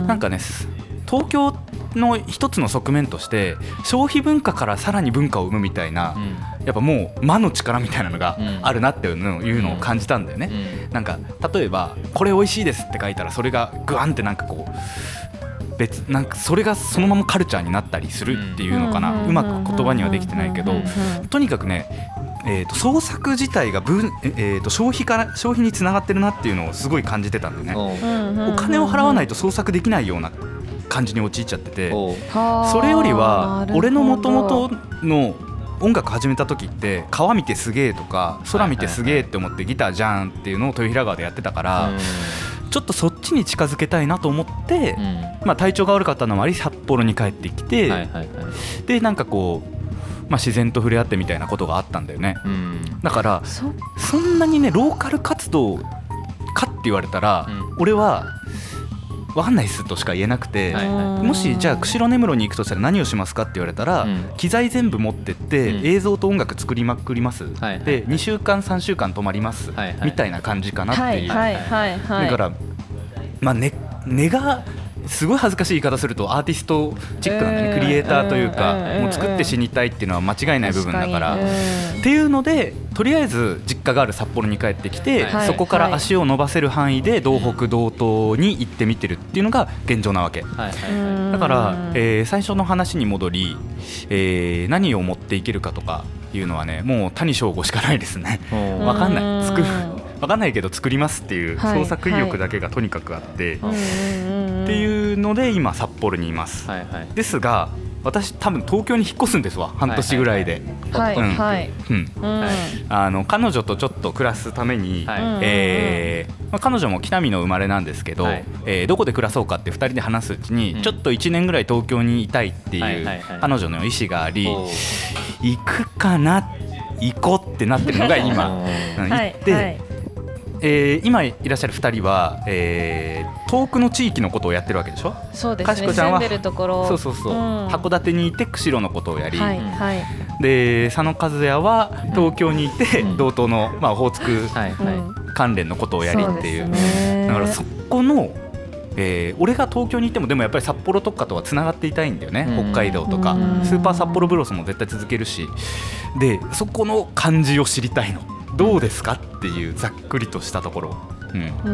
Speaker 1: なんかね東京の一つの側面として消費文化からさらに文化を生むみたいな、うん、やっぱもう魔の力みたいなのがあるなっていうのを感じたんだよね、うん、なんか例えばこれ美味しいですって書いたらそれがグワンってなんかこう別なんかそれがそのままカルチャーになったりするっていうのかな、うまく言葉にはできてないけど、とにかくね、えー、と創作自体が分、えー、と消費から消費につながってるなっていうのをすごい感じてたんだよね。お金を払わないと創作できないような感じに陥っちゃってて、それよりは俺の元々の音楽始めた時って川見てすげえとか空見てすげえって思ってギターじゃんっていうのを豊平川でやってたから、ちょっとそっちに近づけたいなと思って、うんまあ、体調が悪かったのもあり札幌に帰ってきて、はいはいはい、でなんかこう、まあ、自然と触れ合ってみたいなことがあったんだよね、うん、だからそんなにねローカル活動かって言われたら、うん、俺は分かんないっすとしか言えなくて、はいはい、もしじゃあ釧路根室に行くとしたら何をしますかって言われたら、うん、機材全部持ってって、うん、映像と音楽作りまくります、はいはい、でにしゅうかんさんしゅうかん泊まります、はいはい、みたいな感じかなっていう、はいはいはい、だからまあね、根がすごい恥ずかしい言い方するとアーティストチックなんだね、クリエイターというか、もう作って死にたいっていうのは間違いない部分だからっていうので、とりあえず実家がある札幌に帰ってきて、そこから足を伸ばせる範囲で道北道東に行ってみてるっていうのが現状なわけ。だから、えー、最初の話に戻り、えー、何を持っていけるかとかいうのはね、もう谷省吾しかないですね。分かんない、作る分かんないけど作りますっていう創作意欲だけがとにかくあって、はいはい、っていうので今札幌にいます、はいはい、ですが私多分東京に引っ越すんですわ、半年ぐらいで。彼女とちょっと暮らすために、はいえーまあ、彼女も北見の生まれなんですけど、はいえー、どこで暮らそうかってふたりで話すうちに、うん、ちょっといちねんぐらい東京にいたいっていう彼女の意思があり、行くかな行こうってなってるのが今、うん、行って、はいはいえー、今いらっしゃるふたりは、えー、遠くの地域のことをやってるわけでしょ。
Speaker 3: そうですね、かしこちゃんは住んでるところ、
Speaker 1: そうそうそう、うん、函館にいて釧路のことをやり、はいはい、で佐野和也は東京にいて、うん、道東の、まあ、オホーツク関連のことをやりっていう、うん、だからそこのえー、俺が東京にいてもでもやっぱり札幌とかとはつながっていたいんだよね、うん、北海道とかスーパー札幌ブロスも絶対続けるし、でそこの感じを知りたいの。どうですかっていうざっくりとしたところ、うんうん、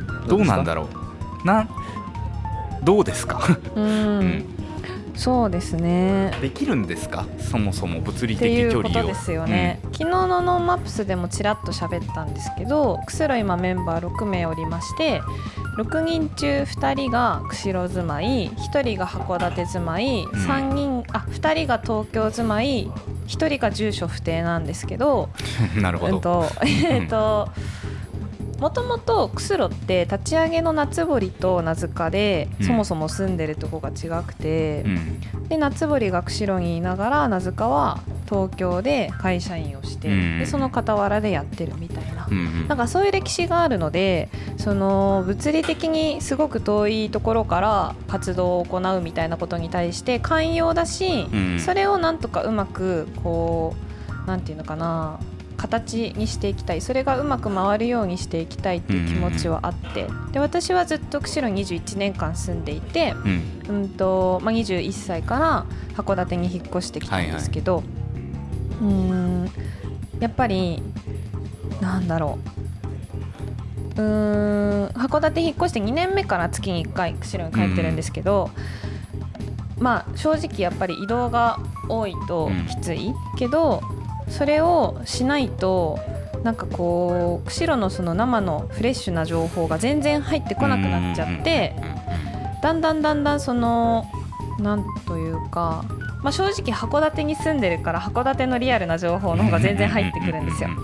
Speaker 1: どうなんだろうな、どうですかうん、うん
Speaker 3: そうですね、
Speaker 1: できるんですかそもそも物理的距離をっていう
Speaker 3: ことですよね、うん、昨日のノンマップスでもちらっと喋ったんですけど、釧路今メンバーろくめいおりまして、ろくにん中ふたりが釧路住まい、ひとりが函館住まい、うん、さんにんあふたりが東京住まい、ひとりが住所不定なんですけど
Speaker 1: なるほど、
Speaker 3: うんとえーともともと釧路って立ち上げの夏堀と名塚で、うん、そもそも住んでるとこが違くて、うん、で夏堀が釧路にいながら名塚は東京で会社員をして、うん、でその傍らでやってるみたいな、うん、なんかそういう歴史があるので、その物理的にすごく遠いところから活動を行うみたいなことに対して寛容だし、うん、それをなんとかうまくこうなんていうのかな、形にしていきたい、それがうまく回るようにしていきたいっていう気持ちはあって、で私はずっと釧路にじゅういちねんかん住んでいて、うんうんとまあ、にじゅういっさいから函館に引っ越してきたんですけど、はいはい、うーんやっぱりなんだろう、うーん函館引っ越してにねんめから月にいっかい釧路に帰ってるんですけど、うん、まあ正直やっぱり移動が多いときついけど、うんそれをしないとなんかこう釧路のその生のフレッシュな情報が全然入ってこなくなっちゃって、だんだんだんだんそのなんというか、まあ、正直函館に住んでるから函館のリアルな情報の方が全然入ってくるんですよ。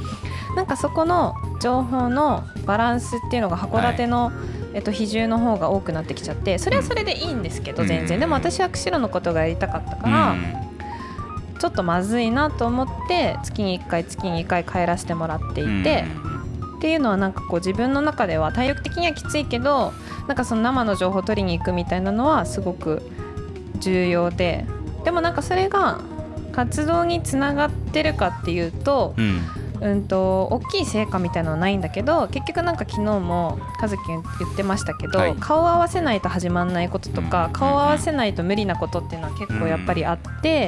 Speaker 3: なんかそこの情報のバランスっていうのが函館の、はいえっと、比重の方が多くなってきちゃって、それはそれでいいんですけど、全然でも私は釧路のことがやりたかったから、ちょっとまずいなと思って月にいっかい月にいっかい帰らせてもらっていて、っていうのはなんかこう自分の中では体力的にはきついけど、なんかその生の情報を取りに行くみたいなのはすごく重要で、でもなんかそれが活動につながってるかっていうと、うんうんと大きい成果みたいなのはないんだけど、結局なんか昨日も和樹言ってましたけど、はい、顔を合わせないと始まらないこととか、うん、顔を合わせないと無理なことっていうのは結構やっぱりあって、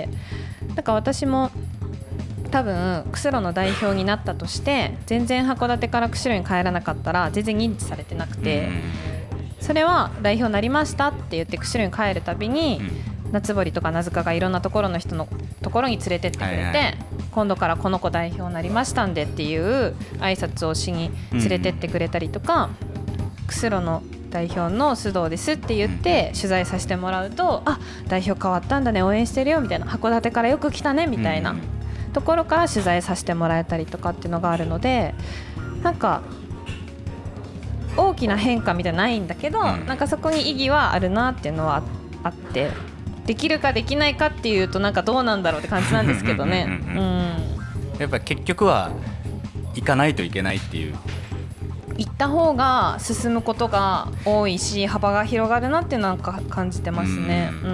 Speaker 3: うん、なんか私も多分釧路の代表になったとして全然函館から釧路に帰らなかったら全然認知されてなくて、うん、それは代表になりましたって言って釧路に帰るたびに、うん、夏堀とか名塚がいろんなところの人のところに連れてってくれて、はいはい、今度からこの子代表になりましたんでっていう挨拶をしに連れてってくれたりとか、うん、釧路の代表の須藤ですって言って取材させてもらうと、あ、代表変わったんだね、応援してるよみたいな、函館からよく来たねみたいなところから取材させてもらえたりとかっていうのがあるので、なんか大きな変化みたいなのないんだけど、なんかそこに意義はあるなっていうのはあって、できるかできないかっていうとなんかどうなんだろうって感じなんですけどね。うん、
Speaker 1: やっぱり結局は行かないといけないっていう、
Speaker 3: 行った方が進むことが多いし幅が広がるなってなんか感じてますね。うん、うん、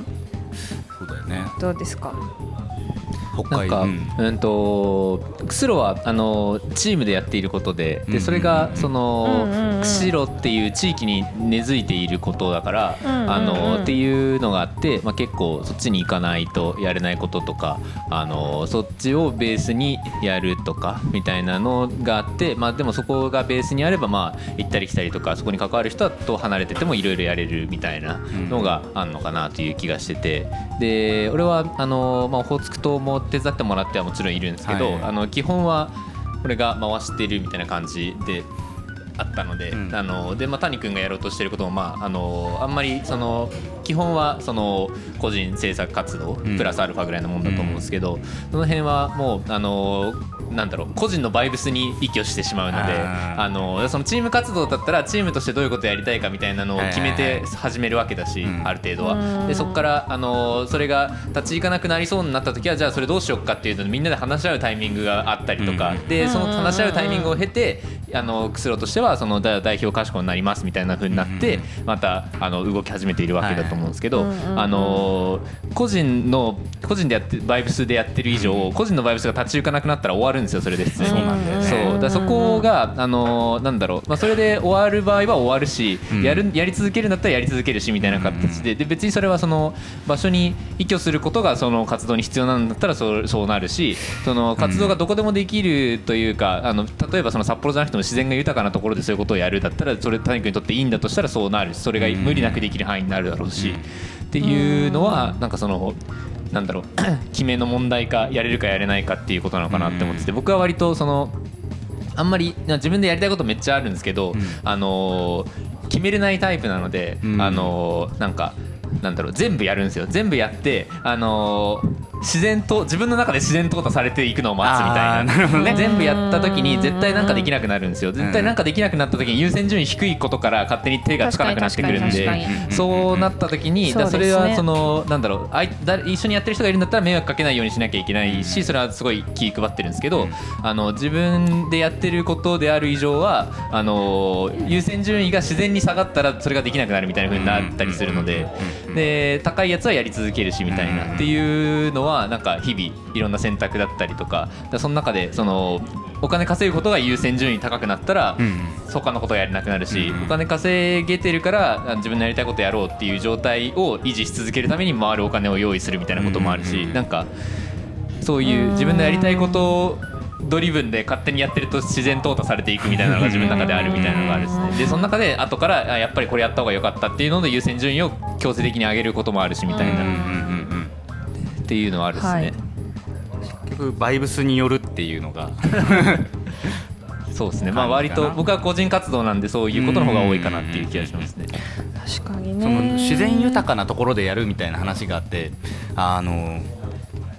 Speaker 1: そうだよね。
Speaker 3: どうですか？
Speaker 2: 北海道、うんうん、と釧路はあのチームでやっていることで、でそれがその、うんうんうん、釧路っていう地域に根付いていることだから、うんうんうん、あのっていうのがあって、まあ、結構そっちに行かないとやれないこととか、あのそっちをベースにやるとかみたいなのがあって、まあ、でもそこがベースにあれば、まあ、行ったり来たりとかそこに関わる人と離れててもいろいろやれるみたいなのがあるのかなという気がしてて、で俺はあの、まあ、オホーツク島も手伝ってもらってはもちろんいるんですけど、はい、あの基本はこれが回してるみたいな感じであったので、うん、あのでまあ、谷君がやろうとしていることも、まあ、あのあんまりその基本はその個人制作活動プラスアルファぐらいのもんだと思うんですけど、うん、その辺はもうあのなんだろう、個人のバイブスに依拠してしまうので、あのそのチーム活動だったらチームとしてどういうことをやりたいかみたいなのを決めて始めるわけだし、ある程度はでそこからあのそれが立ち行かなくなりそうになった時はじゃあそれどうしようかっていうのでみんなで話し合うタイミングがあったりとかで、その話し合うタイミングを経てあの釧路としてはその代表賢になりますみたいな風になってまたあの動き始めているわけだと思うんですけど、あの個人の個人でやってバイブスでやってる以上個人のバイブスが立ち行かなくなったら終わるんですよ、それで普通に。そうなんだよね。そうだ、そこがあのなんだろう、まあ、それで終わる場合は終わるし、やるやり続けるんだったらやり続けるしみたいな形で、で別にそれはその場所に依拠することがその活動に必要なんだったらそう、そうなるし、その活動がどこでもできるというか、あの例えばその札幌じゃなくても自然が豊かなところでそういうことをやるだったらそれ谷君にとっていいんだとしたらそうなるし、それが無理なくできる範囲になるだろうしっていうのはなんかそのなんだろう決めの問題かやれるかやれないかっていうことなのかなって思ってて、僕は割とそのあんまり自分でやりたいことめっちゃあるんですけど、あの決めれないタイプなので、あのなんかなんだろう全部やるんですよ。全部やってあの自然と自分の中で自然淘汰されていくのを待つみたい な, な、ね、全部やった時に絶対なんかできなくなるんですよ。絶対なんかできなくなった時に優先順位低いことから勝手に手がつかなくなってくるんで、そうなった時にだそれはそのなんだろうあいだ一緒にやってる人がいるんだったら迷惑かけないようにしなきゃいけないし、それはすごい気配ってるんですけど、あの自分でやってることである以上はあの優先順位が自然に下がったらそれができなくなるみたいな風になったりするので、で高いやつはやり続けるしみたいなっていうのはなんか日々いろんな選択だったりとか、だその中でそのお金稼ぐことが優先順位高くなったら、うん、他のことをやれなくなるし、うん、お金稼げてるから自分のやりたいことやろうっていう状態を維持し続けるために回るお金を用意するみたいなこともあるし、うん、なんかそういう自分のやりたいことをドリブンで勝手にやってると自然淘汰されていくみたいなのが自分の中であるみたいなのがあるですね。でその中で後からやっぱりこれやった方が良かったっていうので優先順位を強制的に上げることもあるしみたいなっていうのはあるですね、はい、
Speaker 1: 結局バイブスによるっていうのが
Speaker 2: そうですね、まあ、割と僕は個人活動なんでそういうことの方が多いかなっていう気がしますね。
Speaker 3: 確かにね。
Speaker 1: その自然豊かなところでやるみたいな話があって、あの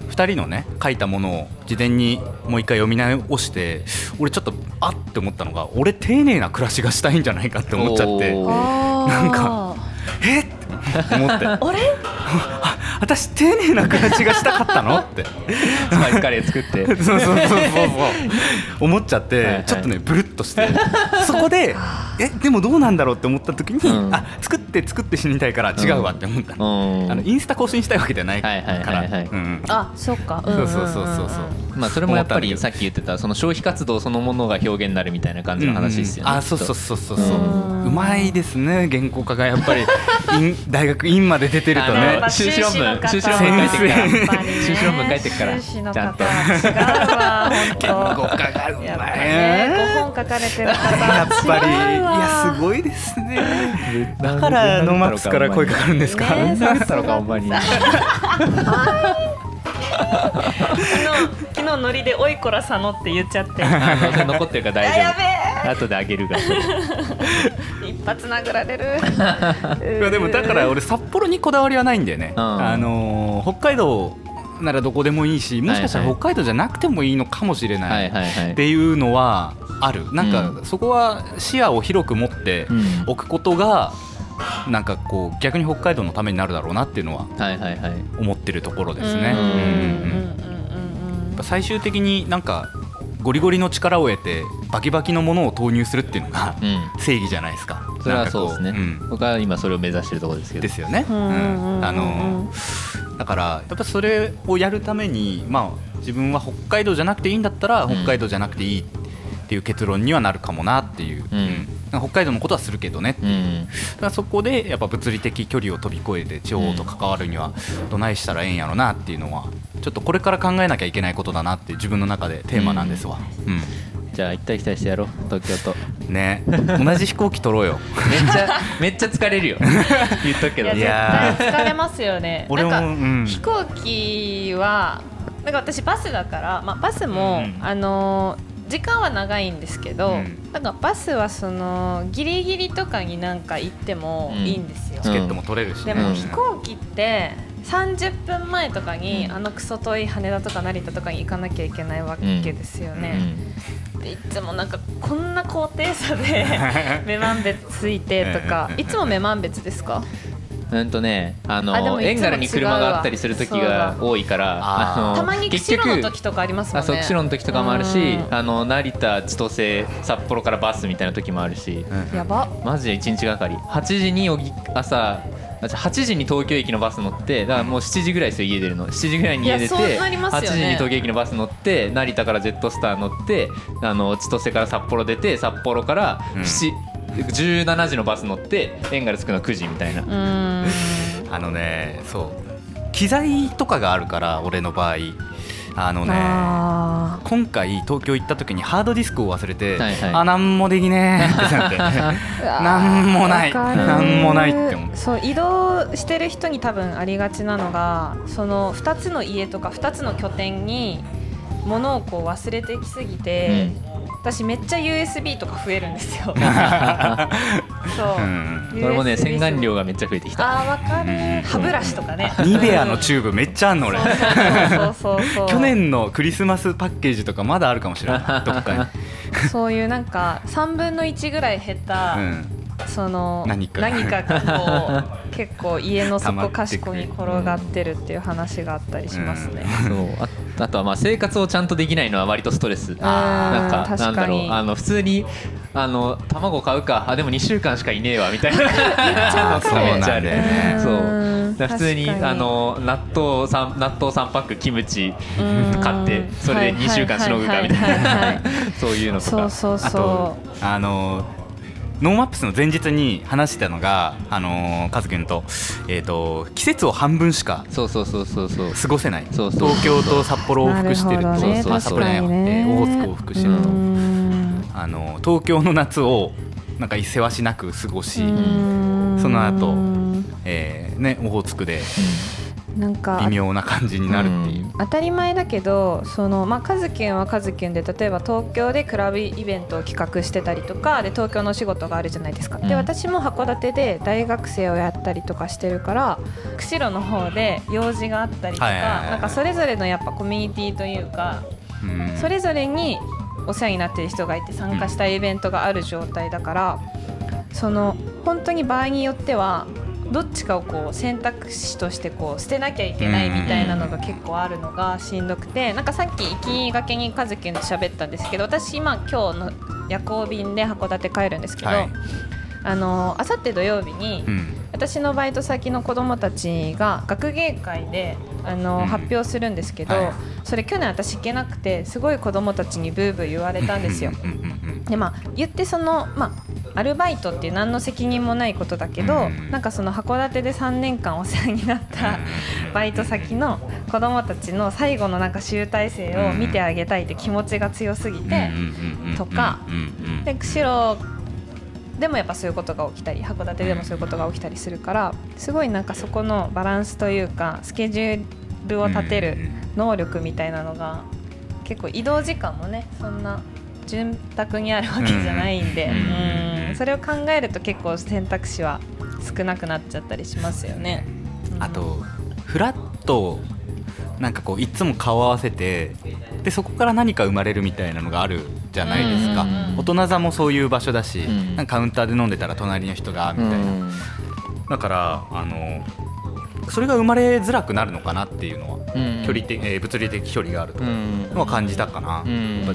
Speaker 1: ふたりのね書いたものを事前にもう一回読み直して、俺ちょっとあって思ったのが、俺丁寧な暮らしがしたいんじゃないかって思っちゃって、なんかえっって思ってあれ私丁寧な暮らしがしたかったのって
Speaker 2: スパイスカレー作って
Speaker 1: そうそうそうそうそう思っちゃって、はいはい、ちょっとねブルッとしてそこでえでもどうなんだろうって思った時に、うん、あ作って作って死にたいから違うわって思った、うん、あのインスタ更新したいわけじゃないから、
Speaker 3: あそうか、
Speaker 1: そうそうそうそうそう、
Speaker 2: まあそれもやっぱりさっき言ってたその消費活動そのものが表現になるみたいな感じの話ですよね、
Speaker 1: うんうん、あそうそうそうそうそううまいですね原稿家がやっぱり大学院まで出てるとね
Speaker 2: 修士論文修士論文書いてるから修士論文書いてるから
Speaker 3: ちゃんと違うわ本当
Speaker 1: 原稿家がうまい
Speaker 3: ね、ごほん書かれてる方
Speaker 1: やっぱりいやすごいですね。だからノーマップスから声かかるんですか。
Speaker 2: ね、そうだったのかほんまに。
Speaker 3: 昨日昨日ノリでおいこら佐野って言っちゃって
Speaker 2: 残ってるから大丈夫。後であげるが
Speaker 3: 一発殴られ
Speaker 1: るでもだから俺札幌にこだわりはないんだよね、うん、あのー、北海道ならどこでもいいし、もしかしたら北海道じゃなくてもいいのかもしれないっていうのはある。なんかそこは視野を広く持っておくことがなんかこう逆に北海道のためになるだろうなっていうのは思ってるところですね。最終的になんかゴリゴリの力を得てバキバキのものを投入するっていうのが正義じゃないですか。
Speaker 2: それはそうですね、うん、僕は今それを目指してるところですけど
Speaker 1: ですよね、うん、あのだからやっぱそれをやるために、まあ、自分は北海道じゃなくていいんだったら北海道じゃなくていいっていう結論にはなるかもなっていう、うんうん、北海道のことはするけどねっていう、うん、だからそこでやっぱ物理的距離を飛び越えて地方と関わるにはどないしたらええんやろなっていうのはちょっとこれから考えなきゃいけないことだなって自分の中でテーマなんですわ、うんうん、
Speaker 2: じゃあ行ったり来たりしてやろう東京と
Speaker 1: ね同じ飛行機取ろうよ
Speaker 2: めっちゃめっちゃ疲れるよ言っとくけど
Speaker 3: いや絶対疲れますよね
Speaker 1: 俺も
Speaker 3: なんか、
Speaker 1: うん、
Speaker 3: 飛行機はなんか私バスだから、まあ、バスも、うん、あの時間は長いんですけど、うん、なんかバスはそのギリギリとかになんか行ってもいいんですよ、うん、
Speaker 1: チケットも取れるし、ね、
Speaker 3: でも飛行機ってさんじゅっぷんまえとかに、うん、あのクソ遠い羽田とか成田とかに行かなきゃいけないわけですよね、うんうん、でいつもなんかこんな高低差で女満別ついてとかいつも女満別ですか？
Speaker 2: うんとね、あのエンガルに車があったりする時が多いからあの
Speaker 3: たまに釧路の時とかありますもんね。
Speaker 2: あそう釧路の時とかもあるし、あの成田千歳札幌からバスみたいな時もあるし、
Speaker 3: やば
Speaker 2: マジでいちにちがかりはちじに朝はちじに東京駅のバス乗ってだからもうしちじぐらいですよ家出るのしちじぐらいに家出て、ね、はちじに東京駅のバス乗って成田からジェットスター乗ってあの千歳から札幌出て札幌からななじゅうしちじのバス乗ってエンガル着くのくじみたいな。うー
Speaker 1: んあのねそう機材とかがあるから俺の場合あのねあ今回東京行った時にハードディスクを忘れて、はいはい、あなんもできねえってなってなんもないなんもないって思って
Speaker 3: そう移動してる人に多分ありがちなのがそのふたつの家とかふたつの拠点に物をこう忘れてきすぎて、うん、私めっちゃ ユーエスビー とか増えるんですよそう、
Speaker 2: うん、これもね洗顔料がめっちゃ増えてきた。
Speaker 3: あーわかる、うん、歯ブラシとかね
Speaker 1: ニベアのチューブめっちゃあんの俺
Speaker 3: そうそうそう
Speaker 1: 去年のクリスマスパッケージとかまだあるかもしれないどっかに
Speaker 3: そういうなんかさんぶんのいちぐらい減った、うんその 何, か何かがこう結構家の底かしこに転がってるっていう話があったりしますね、
Speaker 2: うん、そう あ, あとはまあ生活をちゃんとできないのは割とストレス。なんかなんだろうあの普通にあの卵買うかあでもにしゅうかんしかいねえわみたいな
Speaker 1: そうなんだよね。
Speaker 2: そう普通にあの納豆さん納豆さんパックキムチ買ってそれでにしゅうかんしのぐかみたいなそういうのとか。
Speaker 3: そうそうそう
Speaker 1: あとあのノーマップスの前日に話してたのが、あのー、カズ君と、えーと、季節を半分しか過ごせない。そうそう東京と札幌を往復してると、ね、まあ、札幌ね、えー、オホーツクを往復してると、あの東京の夏をなんかせわしなく過ごし、その後、えーね、オホーツクで
Speaker 3: なんか
Speaker 1: 微妙な感じになるっていう、うん、
Speaker 3: 当たり前だけどその、まあ、カズキュンはカズキュンで例えば東京でクラブイベントを企画してたりとかで東京のお仕事があるじゃないですか、うん、で私も函館で大学生をやったりとかしてるから釧路の方で用事があったりとか、はいはいはいはい、なんかそれぞれのやっぱコミュニティというか、うん、それぞれにお世話になっている人がいて参加したいイベントがある状態だから、うん、その本当に場合によってはどっちかをこう選択肢としてこう捨てなきゃいけないみたいなのが結構あるのがしんどくて、なんかさっき行きがけにカズキュンと喋ったんですけど、私今今日の夜行便で函館帰るんですけど、はい、あのあさって土曜日に、うん、私のバイト先の子どもたちが学芸会であの、うん、発表するんですけど、はい、それ去年私行けなくてすごい子どもたちにブーブー言われたんですよ。で、まあ、言ってその、まあ、アルバイトっていう何の責任もないことだけど、うん、なんかその函館でさんねんかんお世話になったバイト先の子どもたちの最後のなんか集大成を見てあげたいって気持ちが強すぎてとかで、釧路でもやっぱそういうことが起きたり函館でもそういうことが起きたりするから、すごいなんかそこのバランスというかスケジュールを立てる能力みたいなのが結構移動時間もねそんな潤沢にあるわけじゃないんで、うんうん、それを考えると結構選択肢は少なくなっちゃったりしますよね。
Speaker 1: あとフラッとなんかこういつも顔合わせてでそこから何か生まれるみたいなのがあるじゃないですか、うんうんうん、大人座もそういう場所だし、うん、なんかカウンターで飲んでたら隣の人がみたいな、うん、だからあのそれが生まれづらくなるのかなっていうのは、うん距離的えー、物理的距離があるとのは感じたかな、うんうん、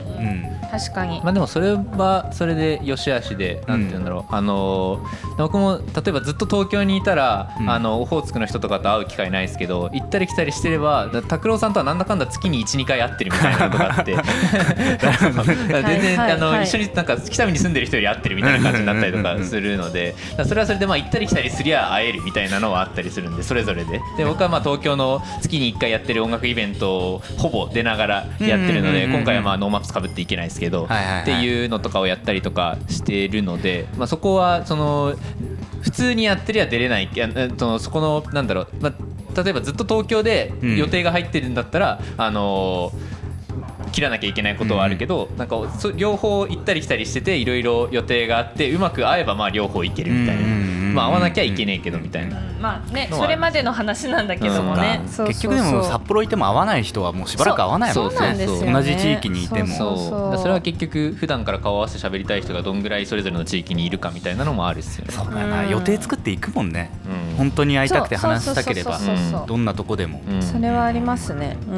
Speaker 3: 確かに、
Speaker 2: まあ、でもそれはそれで良し悪しでなんて言うんだろう、うん、あの僕も例えばずっと東京にいたら、うん、あのオホーツクの人とかと会う機会ないですけど行ったり来たりしてれば拓郎さんとはなんだかんだ月に いち,に 回会ってるみたいなことがあって全然、はいはいはい、あの一緒になんか北見に住んでる人より会ってるみたいな感じになったりとかするのでそれはそれでまあ行ったり来たりすりゃ会えるみたいなのはあったりするんでそれぞれでで僕はまあ東京の月にいっかいやってる音楽イベントをほぼ出ながらやってるので今回はまあノーマップス被っていけないですけど、はいはいはい、っていうのとかをやったりとかしてるので、まあ、そこはその普通にやってりゃ出れないそのそこのなんだろう、まあ、例えばずっと東京で予定が入ってるんだったら、うん、あのー切らなきゃいけないことはあるけど、うん、なんか両方行ったり来たりしてていろいろ予定があってうまく合えばまあ両方行けるみたいな、まあ、合わなきゃいけねえけどみたいな、
Speaker 3: まあね、それまでの話なんだけどもね、
Speaker 1: うん、結局でも札幌いても合わない人はもうしばらく合わないもんね。同じ地域にいても
Speaker 2: そうそうそれは結局普段から顔合わせ喋りたい人がどんぐらいそれぞれの地域にいるかみたいなのもあるっすよね。
Speaker 1: そうだな、予定作っていくもんね、うん、本当に会いたくて話したければどんなとこでも、
Speaker 3: うん、それはありますね。うん、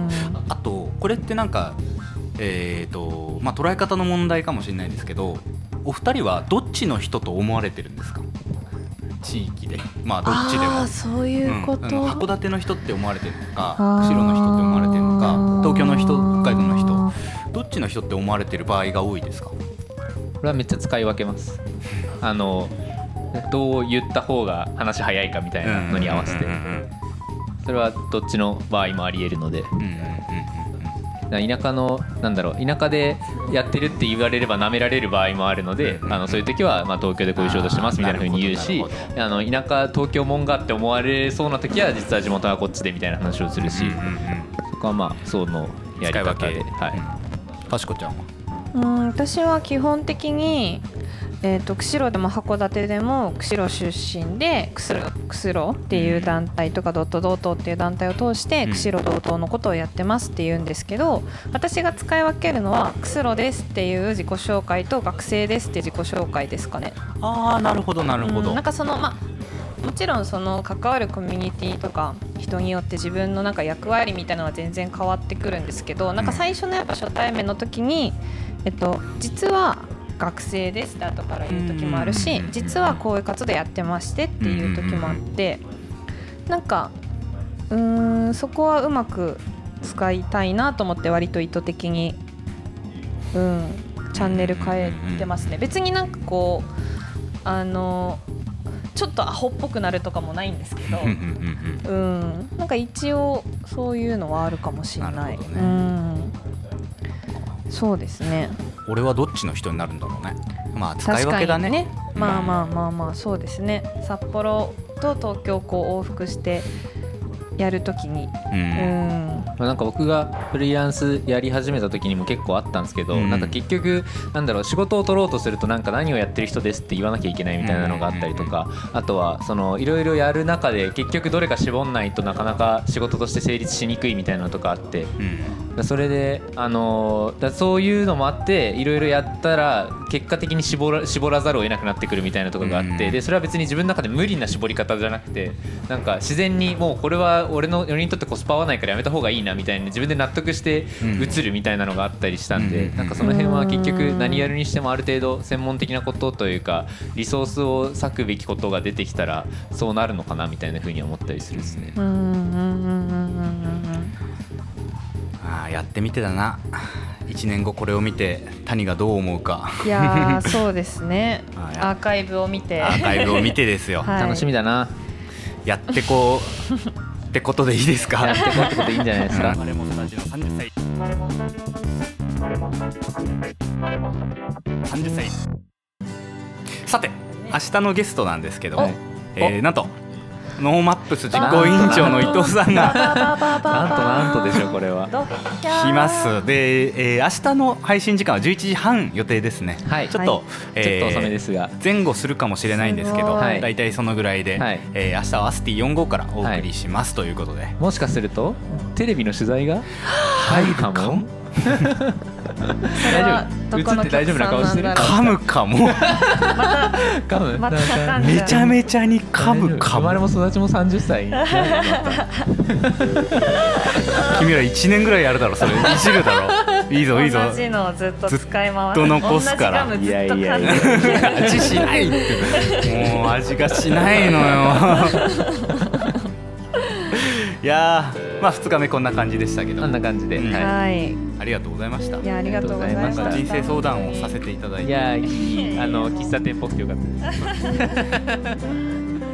Speaker 1: あとこれってなんかえーとまあ、捉え方の問題かもしれないんですけどお二人はどっちの人と思われてるんですか地域で、まあどっちでも
Speaker 3: あそういうこと、
Speaker 1: うん、函館の人って思われてるのか釧路の人って思われてるのか東京の人北海道の人どっちの人って思われてる場合が多いですか？
Speaker 2: これはめっちゃ使い分けますあのどう言った方が話早いかみたいなのに合わせてそれはどっちの場合もあり得るので、うんうんうん田舎のなんだろう田舎でやってるって言われれば舐められる場合もあるので、あのそういう時はまあ東京でこういう仕事してますみたいな風に言うし、あの田舎東京もんがって思われそうな時は実は地元はこっちでみたいな話をするし、そこはまあそのやり方で、はい。
Speaker 1: かしこちゃんは？
Speaker 3: うん、私は基本的にえー、と釧路でも函館でも釧路出身で釧路、釧路っていう団体とかドットドートっていう団体を通して釧路道東のことをやってますっていうんですけど、私が使い分けるのは釧路ですっていう自己紹介と学生ですって自己紹介ですかね。
Speaker 1: ああなるほどなるほど、
Speaker 3: うん、なんかそのまあもちろんその関わるコミュニティとか人によって自分のなんか役割みたいなのは全然変わってくるんですけど、なんか最初のやっぱ初対面の時に、えっと、実は学生ですって後から言う時もあるし、実はこういう活動やってましてっていう時もあって、なんかうーんそこはうまく使いたいなと思って割と意図的に、うん、チャンネル変えてますね。別になんかこうあのちょっとアホっぽくなるとかもないんですけど、うん、なんか一応そういうのはあるかもしれない。うん、そうですね。
Speaker 1: 俺はどっちの人になるんだろうね。まあ使い分けだね。
Speaker 3: ね、まあまあまあまあそうですね。札幌と東京をこう往復してやるときに、
Speaker 1: うん
Speaker 3: うん
Speaker 2: まあ、なんか僕がフリーランスやり始めた時にも結構あったんですけど、
Speaker 1: うん、
Speaker 2: なんか結局なんだろう仕事を取ろうとするとなんか何をやってる人ですって言わなきゃいけないみたいなのがあったりとか、うん、あとはそのいろいろやる中で結局どれか絞んないとなかなか仕事として成立しにくいみたいなのとかあって、うん、それであのだそういうのもあっていろいろやったら結果的に絞ら、絞らざるを得なくなってくるみたいなところがあって、うん、でそれは別に自分の中で無理な絞り方じゃなくてなんか自然にもうこれは俺の俺にとってコスパ合わないからやめた方がいいなみたいな自分で納得して移るみたいなのがあったりしたんで、うん、なんかその辺は結局何やるにしてもある程度専門的なことというかリソースを割くべきことが出てきたらそうなるのかなみたいな風に思ったりするですね。
Speaker 3: うんうんうんうんうん
Speaker 1: あやってみてだな。いちねんごこれを見て谷がどう思うか。
Speaker 3: いやそうですねアーカイブを見て
Speaker 1: アーカイブを見てですよ、
Speaker 2: はい、楽しみだな。
Speaker 1: やってこうってことでいいですか。
Speaker 2: やってこうってことでいいんじゃないですか。
Speaker 1: 我々も育ちのさんじゅっさいさんじゅっさいさて明日のゲストなんですけども、えー、なんとノーマップス実行委員長の伊藤さんが
Speaker 2: なんとなんとでしょうこれは
Speaker 1: 来ます。で、えー、明日の配信時間はじゅういちじはん予定ですね、はい、ちょっと、はい
Speaker 2: えー、ちょっと遅めですが
Speaker 1: 前後するかもしれないんですけどだいたいそのぐらいで、はいえー、明日はアスティよんじゅうごからお送りします、はい、ということで
Speaker 2: もしかするとテレビの取材が入るかも大丈夫映って大丈夫な顔してる。
Speaker 1: 噛むかも
Speaker 2: 噛む
Speaker 3: また
Speaker 1: めちゃめちゃに噛むかも。
Speaker 2: 生まれも育ちもさんじゅっさい
Speaker 1: 君らいちねんぐらいやるだろそれいじるだろ。いいぞいいぞ
Speaker 3: 同じのをずっと使い回す
Speaker 1: ずっと残すから
Speaker 3: 同じガムずっと噛んでる
Speaker 1: 味しないってもう味がしないのよいやーまあふつかめこんな感じでしたけど
Speaker 2: こんな感じで、
Speaker 1: うん
Speaker 3: はい、
Speaker 1: ありがとうございました。
Speaker 3: いやありがとうございました。
Speaker 1: 人生相談をさせていただいて
Speaker 2: いやいいあの喫茶店っぽくてよかったです